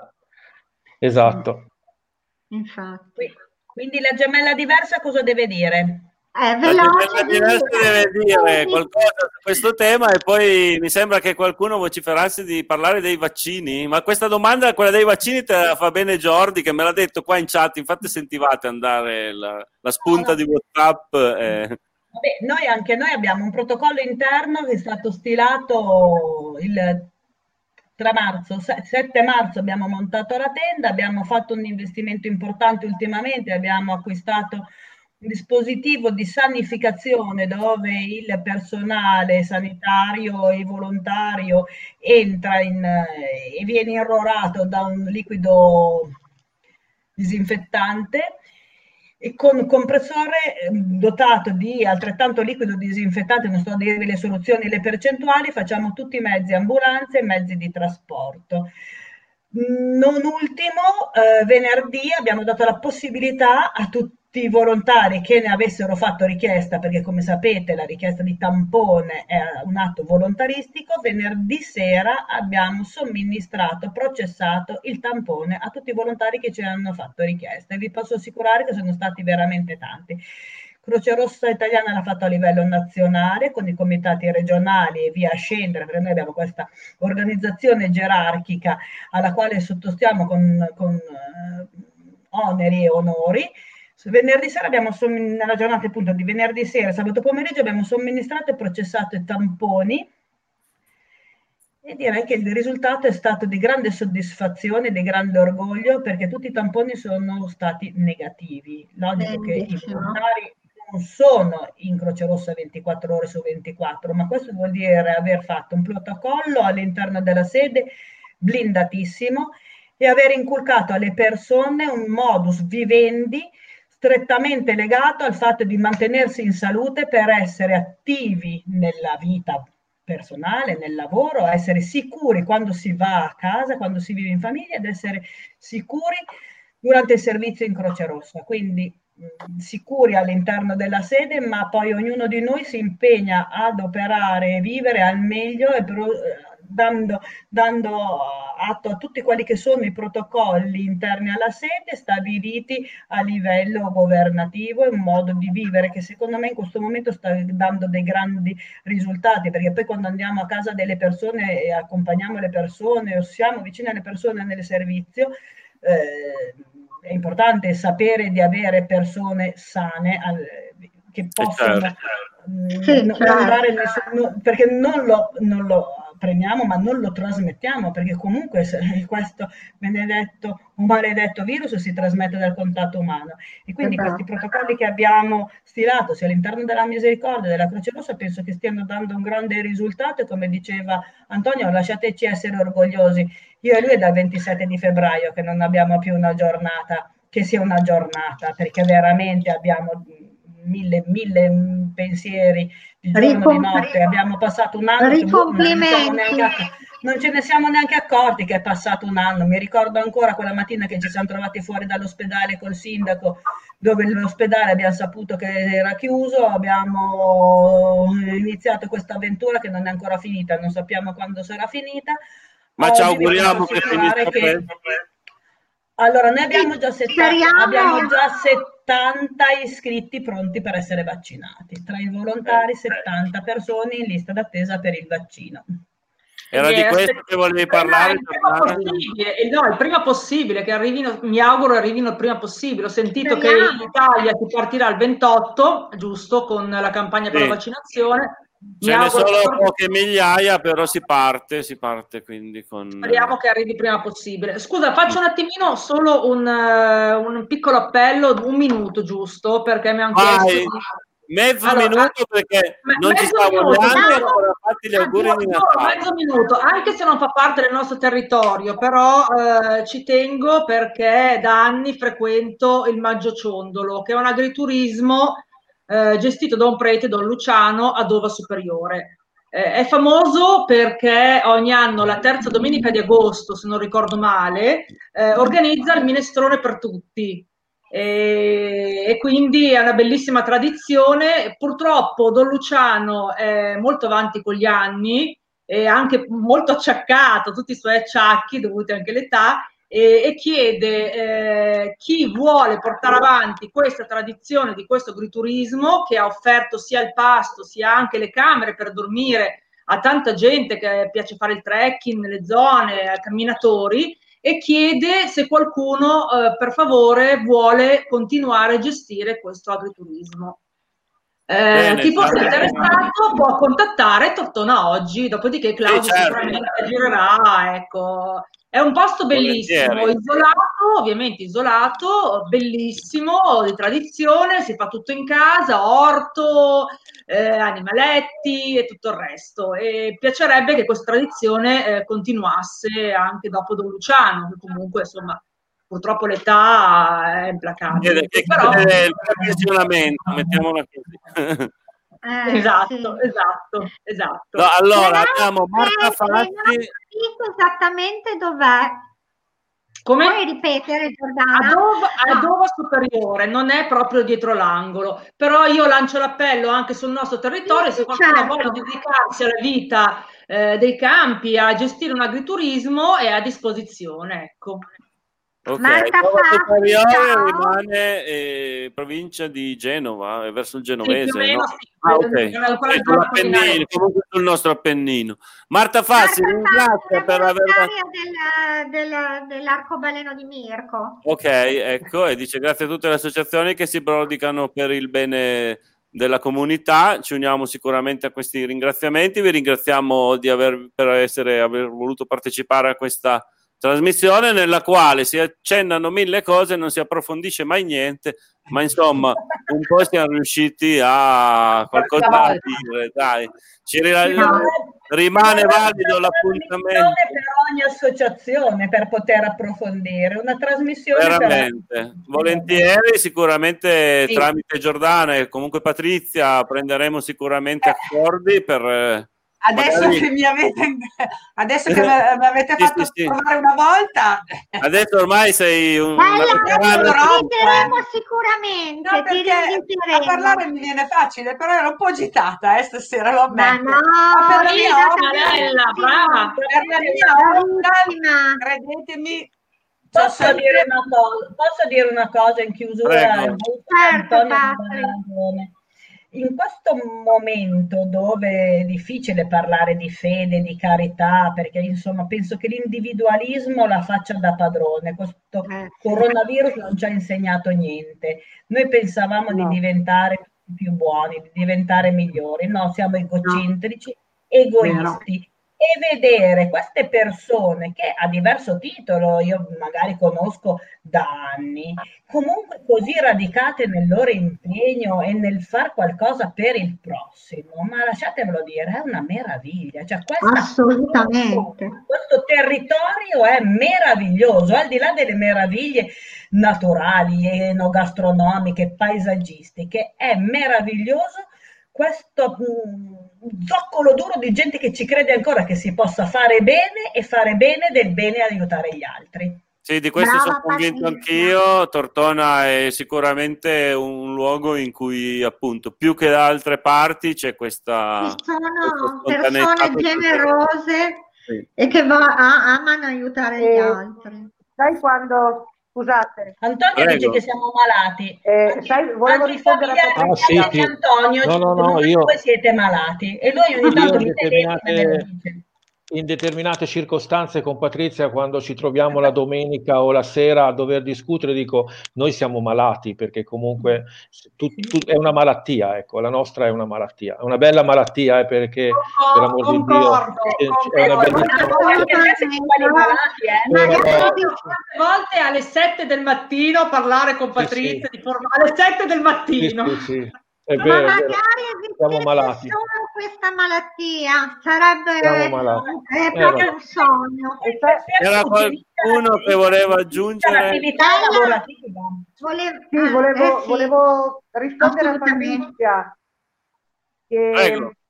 Speaker 8: esatto.
Speaker 3: Infatti. Quindi la gemella diversa cosa deve dire?
Speaker 2: Eh, veloce,
Speaker 1: la diversa deve dire qualcosa su questo tema, e poi mi sembra che qualcuno vociferasse di parlare dei vaccini, ma questa domanda, quella dei vaccini, te la fa bene Jordi, che me l'ha detto qua in chat, infatti sentivate andare la, la spunta di WhatsApp. Eh.
Speaker 3: Vabbè, noi anche noi abbiamo un protocollo interno che è stato stilato il tre marzo, sette marzo abbiamo montato la tenda, abbiamo fatto un investimento importante ultimamente, abbiamo acquistato un dispositivo di sanificazione dove il personale sanitario e volontario entra in, e viene irrorato da un liquido disinfettante e con un compressore dotato di altrettanto liquido disinfettante, non sto a dirvi le soluzioni, le percentuali, facciamo tutti i mezzi ambulanze e mezzi di trasporto. Non ultimo, eh, venerdì abbiamo dato la possibilità a tutti i volontari che ne avessero fatto richiesta, perché come sapete la richiesta di tampone è un atto volontaristico, venerdì sera abbiamo somministrato, processato il tampone a tutti i volontari che ci hanno fatto richiesta e vi posso assicurare che sono stati veramente tanti. Croce Rossa Italiana l'ha fatto a livello nazionale con i comitati regionali e via a scendere, perché noi abbiamo questa organizzazione gerarchica alla quale sottostiamo con, con eh, oneri e onori. Venerdì sera abbiamo, nella giornata appunto di venerdì sera, sabato pomeriggio abbiamo somministrato e processato i tamponi e direi che il risultato è stato di grande soddisfazione, di grande orgoglio, perché tutti i tamponi sono stati negativi. Logico che i volontari non sono in Croce Rossa ventiquattro ore su ventiquattro, ma questo vuol dire aver fatto un protocollo all'interno della sede blindatissimo e aver inculcato alle persone un modus vivendi strettamente legato al fatto di mantenersi in salute per essere attivi nella vita personale, nel lavoro, essere sicuri quando si va a casa, quando si vive in famiglia ed essere sicuri durante il servizio in Croce Rossa. Quindi mh, sicuri all'interno della sede, ma poi ognuno di noi si impegna ad operare e vivere al meglio e pro, dando, dando atto a tutti quelli che sono i protocolli interni alla sede stabiliti a livello governativo e un modo di vivere che secondo me in questo momento sta dando dei grandi risultati, perché poi quando andiamo a casa delle persone e accompagniamo le persone o siamo vicini alle persone nel servizio, eh, è importante sapere di avere persone sane al, che possono mh,
Speaker 2: sì,
Speaker 3: non
Speaker 2: certo.
Speaker 3: dare nessun, perché non lo, non lo premiamo ma non lo trasmettiamo, perché comunque questo benedetto o maledetto virus si trasmette dal contatto umano e quindi
Speaker 2: Esatto.
Speaker 3: questi protocolli che abbiamo stilato sia all'interno della Misericordia della Croce Rossa penso che stiano dando un grande risultato e come diceva Antonio lasciateci essere orgogliosi. Io e lui è dal ventisette di febbraio che non abbiamo più una giornata che sia una giornata, perché veramente abbiamo mille, mille pensieri di giorno e di notte, abbiamo passato un anno che boh, non, ce ne siamo neanche, non ce ne siamo neanche accorti che è passato un anno. Mi ricordo ancora quella mattina che ci siamo trovati fuori dall'ospedale col sindaco, dove l'ospedale abbiamo saputo che era chiuso, abbiamo iniziato questa avventura che non è ancora finita, non sappiamo quando sarà finita.
Speaker 1: Ma
Speaker 3: oggi
Speaker 1: ci auguriamo che finisca
Speaker 3: che... Allora, noi abbiamo già, settanta, abbiamo già settanta iscritti pronti per essere vaccinati, tra i volontari settanta persone in lista d'attesa per il vaccino.
Speaker 1: Era di questo che volevi parlare?
Speaker 5: Il prima possibile, no, il prima possibile, che arrivino, mi auguro arrivino il prima possibile. Ho sentito che in Italia si partirà il ventotto, giusto, con la campagna per
Speaker 1: sì.
Speaker 5: la vaccinazione.
Speaker 1: Ce ne sono poche migliaia, però si parte, si parte quindi con...
Speaker 5: Speriamo che arrivi il prima possibile. Scusa, faccio un attimino solo un, uh, un piccolo appello, un minuto giusto, perché mi hanno chiesto... Di...
Speaker 1: Mezzo allora, minuto perché non ci stavo neanche ancora fatti gli auguri di Natale.
Speaker 5: Mezzo minuto, anche se non fa parte del nostro territorio, però eh, ci tengo perché da anni frequento il Maggio Ciondolo, che è un agriturismo eh, gestito da un prete, Don Luciano, a Dova Superiore. Eh, è famoso perché ogni anno, la terza domenica di agosto, se non ricordo male, eh, organizza il minestrone per tutti. E, e quindi è una bellissima tradizione. Purtroppo Don Luciano è molto avanti con gli anni, è anche molto acciaccato, tutti i suoi acciacchi dovuti anche all'età, e, e chiede eh, chi vuole portare avanti questa tradizione di questo agriturismo che ha offerto sia il pasto sia anche le camere per dormire a tanta gente che piace fare il trekking nelle zone, a camminatori, e chiede se qualcuno eh, per favore vuole continuare a gestire questo agriturismo. Eh,
Speaker 1: Bene,
Speaker 5: chi fosse
Speaker 1: ciao.
Speaker 5: interessato può contattare Tortona oggi, dopodiché Claudio
Speaker 1: Sì, certo.
Speaker 5: sicuramente girerà, ecco. È un posto bellissimo,
Speaker 1: Volentieri.
Speaker 5: isolato, ovviamente isolato, bellissimo, di tradizione, si fa tutto in casa, orto, eh, animaletti e tutto il resto. E piacerebbe che questa tradizione eh, continuasse anche dopo Don Luciano, che comunque insomma purtroppo l'età è implacabile.
Speaker 1: Che
Speaker 5: Però
Speaker 1: chiede il prepensionamento, mettiamola così.
Speaker 2: Eh,
Speaker 5: esatto,
Speaker 2: sì.
Speaker 5: esatto, esatto.
Speaker 1: No, allora
Speaker 2: Però
Speaker 1: abbiamo Marta
Speaker 2: che- che non ho
Speaker 1: Fazzi.
Speaker 2: capito esattamente dov'è.
Speaker 5: Come?
Speaker 2: Puoi ripetere, Giordana?
Speaker 5: Adova,
Speaker 2: No.
Speaker 5: Adova Superiore, non è proprio dietro l'angolo, però io lancio l'appello anche sul nostro territorio,
Speaker 2: Sì,
Speaker 5: se
Speaker 2: sì,
Speaker 5: qualcuno
Speaker 2: certo.
Speaker 5: vuole dedicarsi alla vita eh, dei campi, a gestire un agriturismo, è a disposizione, ecco.
Speaker 1: Ok,
Speaker 2: Marta
Speaker 1: Adova
Speaker 2: Fazzi,
Speaker 1: Superiore
Speaker 2: ciao.
Speaker 1: rimane eh, provincia di Genova, è verso il
Speaker 5: Sì, più o
Speaker 1: genovese,
Speaker 5: meno
Speaker 1: no?
Speaker 5: sì,
Speaker 1: Ah,
Speaker 5: quella-
Speaker 1: ok.
Speaker 5: quella
Speaker 1: Sì,
Speaker 5: zona
Speaker 1: sull'Appennino,
Speaker 5: collinare.
Speaker 1: comunque sul nostro Appennino. Marta Fassi,
Speaker 2: Marta
Speaker 1: ringrazio
Speaker 2: Fazzi, la
Speaker 1: per aver...
Speaker 2: volontaria del, del, dell'arcobaleno di Mirko.
Speaker 1: Ok, ecco, e dice grazie a tutte le associazioni che si prodigano per il bene della comunità, ci uniamo sicuramente a questi ringraziamenti, vi ringraziamo di aver, per essere, aver voluto partecipare a questa trasmissione nella quale si accennano mille cose, non si approfondisce mai niente, ma insomma un po' siamo riusciti a qualcosa da dire, dai, ci ri-
Speaker 3: No,
Speaker 1: rimane
Speaker 3: ci vorrà
Speaker 1: valido
Speaker 3: una
Speaker 1: l'appuntamento.
Speaker 3: trasmissione per ogni associazione per poter approfondire, una trasmissione
Speaker 1: Veramente,
Speaker 3: per...
Speaker 1: volentieri, sicuramente
Speaker 3: Sì.
Speaker 1: tramite Giordana e comunque Patrizia prenderemo sicuramente accordi per... eh,
Speaker 4: Adesso
Speaker 1: magari-
Speaker 4: che mi avete, adesso che me- mi avete
Speaker 1: Sì,
Speaker 4: fatto
Speaker 1: sì, sì.
Speaker 4: provare una volta,
Speaker 1: Adesso ormai sei un
Speaker 2: Bella,
Speaker 1: una
Speaker 2: ti
Speaker 1: veterana.
Speaker 2: inviteremo sicuramente,
Speaker 4: no,
Speaker 2: ti
Speaker 4: perché a
Speaker 2: rinviteremo.
Speaker 4: parlare mi viene facile, però ero un po' agitata, eh, stasera lo
Speaker 2: Ma
Speaker 4: ammetto.
Speaker 2: no,
Speaker 4: Ma per la
Speaker 2: sei
Speaker 4: mia
Speaker 2: stata
Speaker 4: onda,
Speaker 5: Marella,
Speaker 2: bravissima.
Speaker 5: brava.
Speaker 4: per la mia onda,
Speaker 2: Bravissima.
Speaker 4: credetemi, c'ho
Speaker 3: Posso
Speaker 4: sempre...
Speaker 3: dire una cosa, posso dire una cosa in chiusura?
Speaker 1: Prego.
Speaker 2: Certo,
Speaker 3: Antonio,
Speaker 2: Patri.
Speaker 3: in questo momento dove è difficile parlare di fede, di carità, perché insomma penso che l'individualismo la faccia da padrone, questo
Speaker 2: Eh, sì.
Speaker 3: coronavirus non ci ha insegnato niente. Noi pensavamo
Speaker 6: No.
Speaker 3: di diventare più buoni, di diventare migliori, no, siamo egocentrici,
Speaker 4: Vero.
Speaker 3: egoisti. E vedere queste persone che a diverso titolo io magari conosco da anni, comunque così radicate nel loro impegno e nel far qualcosa per il prossimo, ma lasciatemelo dire, è una meraviglia. Cioè, questa,
Speaker 2: Assolutamente.
Speaker 3: questo territorio è meraviglioso, al di là delle meraviglie naturali, enogastronomiche, paesaggistiche, è meraviglioso questo mh, zoccolo duro di gente che ci crede ancora che si possa fare bene e fare bene del bene e aiutare gli altri.
Speaker 1: Sì, di questo
Speaker 2: Brava
Speaker 1: sono convinto
Speaker 2: Patrizia.
Speaker 1: anch'io. Tortona è sicuramente un luogo in cui, appunto, più che da altre parti c'è questa,
Speaker 2: Ci sono
Speaker 1: questa spontaneità,
Speaker 2: persone
Speaker 1: questa-
Speaker 2: generose
Speaker 1: Sì.
Speaker 2: e che va- a- amano aiutare gli
Speaker 6: Eh,
Speaker 2: altri.
Speaker 6: Sai quando, scusate,
Speaker 3: Antonio
Speaker 1: Prego.
Speaker 3: dice che siamo malati.
Speaker 6: Eh,
Speaker 3: anche,
Speaker 6: sai, volevo
Speaker 3: anche i
Speaker 6: rispondere a
Speaker 3: familiari
Speaker 8: Patrizia. Ah, sì,
Speaker 3: di
Speaker 8: sì.
Speaker 3: Antonio
Speaker 8: No,
Speaker 3: ci
Speaker 8: no,
Speaker 3: dicono
Speaker 8: no,
Speaker 3: che
Speaker 8: io-
Speaker 3: voi siete malati e lui ogni
Speaker 8: Io
Speaker 3: tanto
Speaker 8: in
Speaker 3: mi telefona e me lo
Speaker 8: determinate,
Speaker 3: dice.
Speaker 8: in determinate circostanze con Patrizia, quando ci troviamo la domenica o la sera a dover discutere, dico noi siamo malati perché comunque tu- tu- è una malattia, ecco, la nostra è una malattia, è una bella malattia eh, perché per amor di Dio
Speaker 5: Concordo,
Speaker 8: è una
Speaker 5: concordo.
Speaker 8: bellissima...
Speaker 3: Anche adesso ci vuole i malati, eh?
Speaker 5: Ma
Speaker 8: Eh,
Speaker 5: io
Speaker 8: no.
Speaker 5: proprio quante volte alle sette del mattino a parlare con
Speaker 8: Sì,
Speaker 5: Patrizia
Speaker 8: sì.
Speaker 5: di forma- alle sette del
Speaker 8: Sì,
Speaker 5: mattino.
Speaker 8: sì, sì, è
Speaker 2: Ma
Speaker 8: vero, è vero.
Speaker 2: magari
Speaker 8: Siamo
Speaker 2: esistesse
Speaker 8: malati,
Speaker 2: solo questa malattia, sarebbe
Speaker 8: siamo malati.
Speaker 2: è
Speaker 8: Eh,
Speaker 2: proprio
Speaker 8: vabbè.
Speaker 2: un sogno.
Speaker 6: e sai-
Speaker 1: C'era qualcuno che voleva aggiungere?
Speaker 3: l'attività
Speaker 2: Bella.
Speaker 3: lavorativa.
Speaker 2: Volevo,
Speaker 6: sì,
Speaker 2: eh,
Speaker 6: volevo,
Speaker 2: eh sì,
Speaker 6: volevo rispondere a
Speaker 2: assolutamente.
Speaker 6: Patrizia che
Speaker 1: Prego.
Speaker 6: e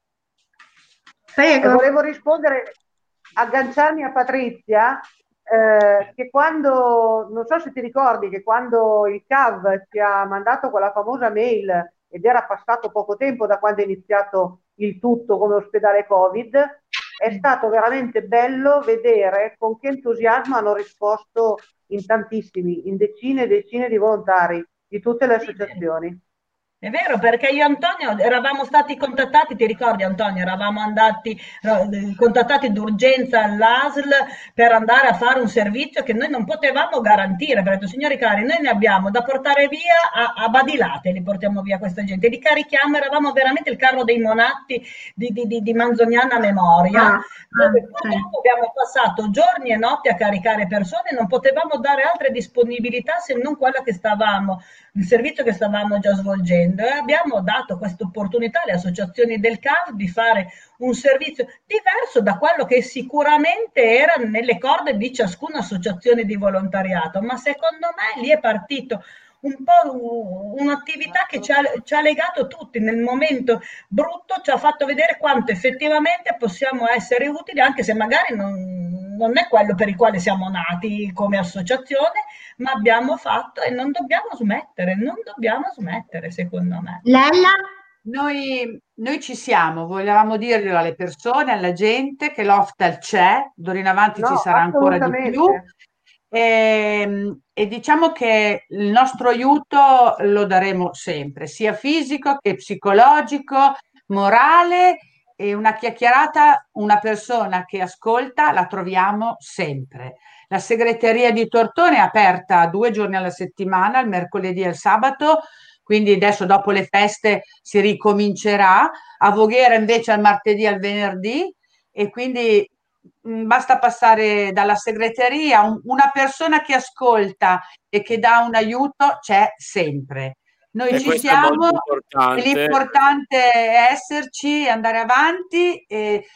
Speaker 2: Prego.
Speaker 6: volevo rispondere, agganciarmi a Patrizia, eh, che quando, non so se ti ricordi, che quando il C A V ci ha mandato quella famosa mail ed era passato poco tempo da quando è iniziato il tutto come ospedale Covid, è stato veramente bello vedere con che entusiasmo hanno risposto in tantissimi, in decine e decine di volontari di tutte le associazioni.
Speaker 3: È vero, perché io e Antonio eravamo stati contattati, ti ricordi Antonio, eravamo andati eh, contattati d'urgenza all'A S L per andare a fare un servizio che noi non potevamo garantire, perché ho detto, signori cari, noi ne abbiamo da portare via a, a badilate, li portiamo via questa gente, li carichiamo, eravamo veramente il carro dei monatti di, di, di, di manzoniana memoria,
Speaker 2: Ah,
Speaker 3: dove
Speaker 2: ah,
Speaker 3: purtroppo abbiamo passato giorni e notti a caricare persone e non potevamo dare altre disponibilità se non quella che stavamo, il servizio che stavamo già svolgendo. E abbiamo dato questa opportunità alle associazioni del C A V di fare un servizio diverso da quello che sicuramente era nelle corde di ciascuna associazione di volontariato, ma secondo me lì è partito un po' un'attività che ci ha, ci ha legato tutti nel momento brutto, ci ha fatto vedere quanto effettivamente possiamo essere utili, anche se magari non, non è quello per il quale siamo nati come associazione, ma abbiamo fatto e non dobbiamo smettere, non dobbiamo smettere secondo me.
Speaker 2: Lella?
Speaker 4: Noi, noi ci siamo, volevamo dirlo alle persone, alla gente che l'Oftal c'è, d'ora in avanti
Speaker 6: No,
Speaker 4: ci sarà ancora di più.
Speaker 6: assolutamente.
Speaker 4: E, e diciamo che il nostro aiuto lo daremo sempre, sia fisico che psicologico, morale, e una chiacchierata, una persona che ascolta la troviamo sempre. La segreteria di Tortona è aperta due giorni alla settimana, il mercoledì e il sabato, quindi adesso dopo le feste si ricomincerà, a Voghera invece al martedì e al venerdì, e quindi mh, basta passare dalla segreteria, un- una persona che ascolta e che dà un aiuto c'è sempre. Noi
Speaker 1: E
Speaker 4: ci
Speaker 1: questo è molto
Speaker 4: siamo, e
Speaker 1: importante.
Speaker 4: l'importante è esserci, andare avanti e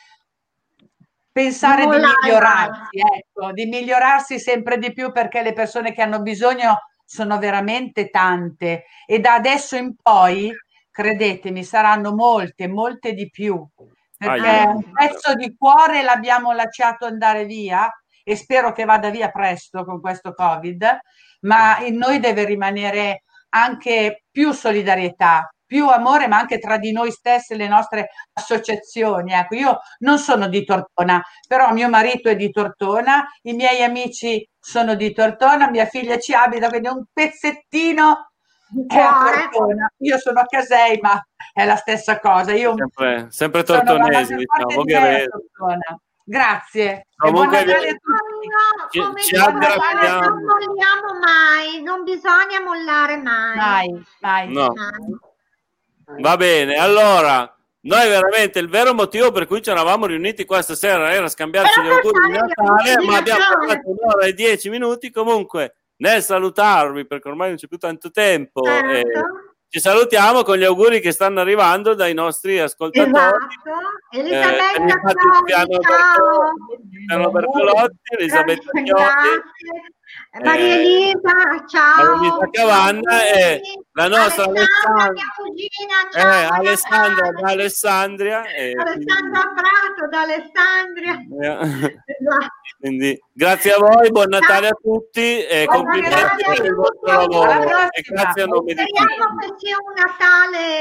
Speaker 4: pensare
Speaker 2: Non
Speaker 4: di
Speaker 2: mollare mai.
Speaker 4: migliorarsi, ecco, di migliorarsi sempre di più, perché le persone che hanno bisogno sono veramente tante e da adesso in poi, credetemi, saranno molte, molte di più, perché
Speaker 1: Aia.
Speaker 4: un pezzo di cuore l'abbiamo lasciato andare via e spero che vada via presto con questo Covid, ma in noi deve rimanere anche più solidarietà, più amore, ma anche tra di noi stesse, le nostre associazioni. Ecco, io non sono di Tortona, però mio marito è di Tortona, i miei amici sono di Tortona, mia figlia ci abita, quindi un pezzettino
Speaker 2: Di
Speaker 4: è a
Speaker 2: cuore.
Speaker 4: Tortona. Io sono a Casei, ma è la stessa cosa. Io
Speaker 1: Sempre, sempre
Speaker 4: sono la
Speaker 1: tortonesi,
Speaker 4: maggior
Speaker 1: diciamo,
Speaker 4: parte di me è a
Speaker 1: vogheresi.
Speaker 4: Tortona. Grazie
Speaker 1: Comunque
Speaker 4: e buon Natale
Speaker 1: vi-
Speaker 4: a tutti.
Speaker 2: No,
Speaker 1: Ci-
Speaker 2: come
Speaker 1: ci
Speaker 2: dico,
Speaker 1: aggrappiamo.
Speaker 2: non molliamo mai, non bisogna mollare mai.
Speaker 4: Mai, mai.
Speaker 1: No.
Speaker 2: Mai.
Speaker 1: Va bene, allora, noi veramente il vero motivo per cui ci eravamo riuniti qua stasera era scambiarci
Speaker 2: Era
Speaker 1: gli
Speaker 2: per
Speaker 1: auguri di
Speaker 2: fare gli
Speaker 1: Natale,
Speaker 2: auguri di
Speaker 1: ma abbiamo
Speaker 2: Natale.
Speaker 1: parlato un'ora e dieci minuti. Comunque, nel salutarvi, perché ormai non c'è più tanto tempo,
Speaker 2: Certo.
Speaker 1: eh, ci salutiamo con gli auguri che stanno arrivando dai nostri ascoltatori.
Speaker 2: Esatto.
Speaker 1: Eh,
Speaker 2: Elisabetta
Speaker 1: infatti,
Speaker 2: Chiodi,
Speaker 1: Piano
Speaker 2: ciao.
Speaker 1: Piano Bertolotti, Elisabetta Chiodi,
Speaker 2: Grazie. Maria
Speaker 1: eh,
Speaker 2: Elisa, ciao.
Speaker 1: Maria Elisa Cavanna e la nostra
Speaker 2: Alessandra,
Speaker 1: Alessandra,
Speaker 2: mia cugina,
Speaker 1: eh,
Speaker 2: ciao. buon
Speaker 1: Alessandra
Speaker 2: Natale.
Speaker 1: da Alessandria. E
Speaker 2: Alessandra Prato da Alessandria.
Speaker 1: quindi,
Speaker 2: Esatto.
Speaker 1: quindi grazie a voi, buon Natale a tutti e
Speaker 2: Buon
Speaker 1: complimenti
Speaker 2: Natale a
Speaker 1: per il
Speaker 2: tutti,
Speaker 1: vostro
Speaker 2: auguri.
Speaker 1: lavoro
Speaker 4: Alla
Speaker 1: e grazie a nome di tutti.
Speaker 2: Speriamo che sia un Natale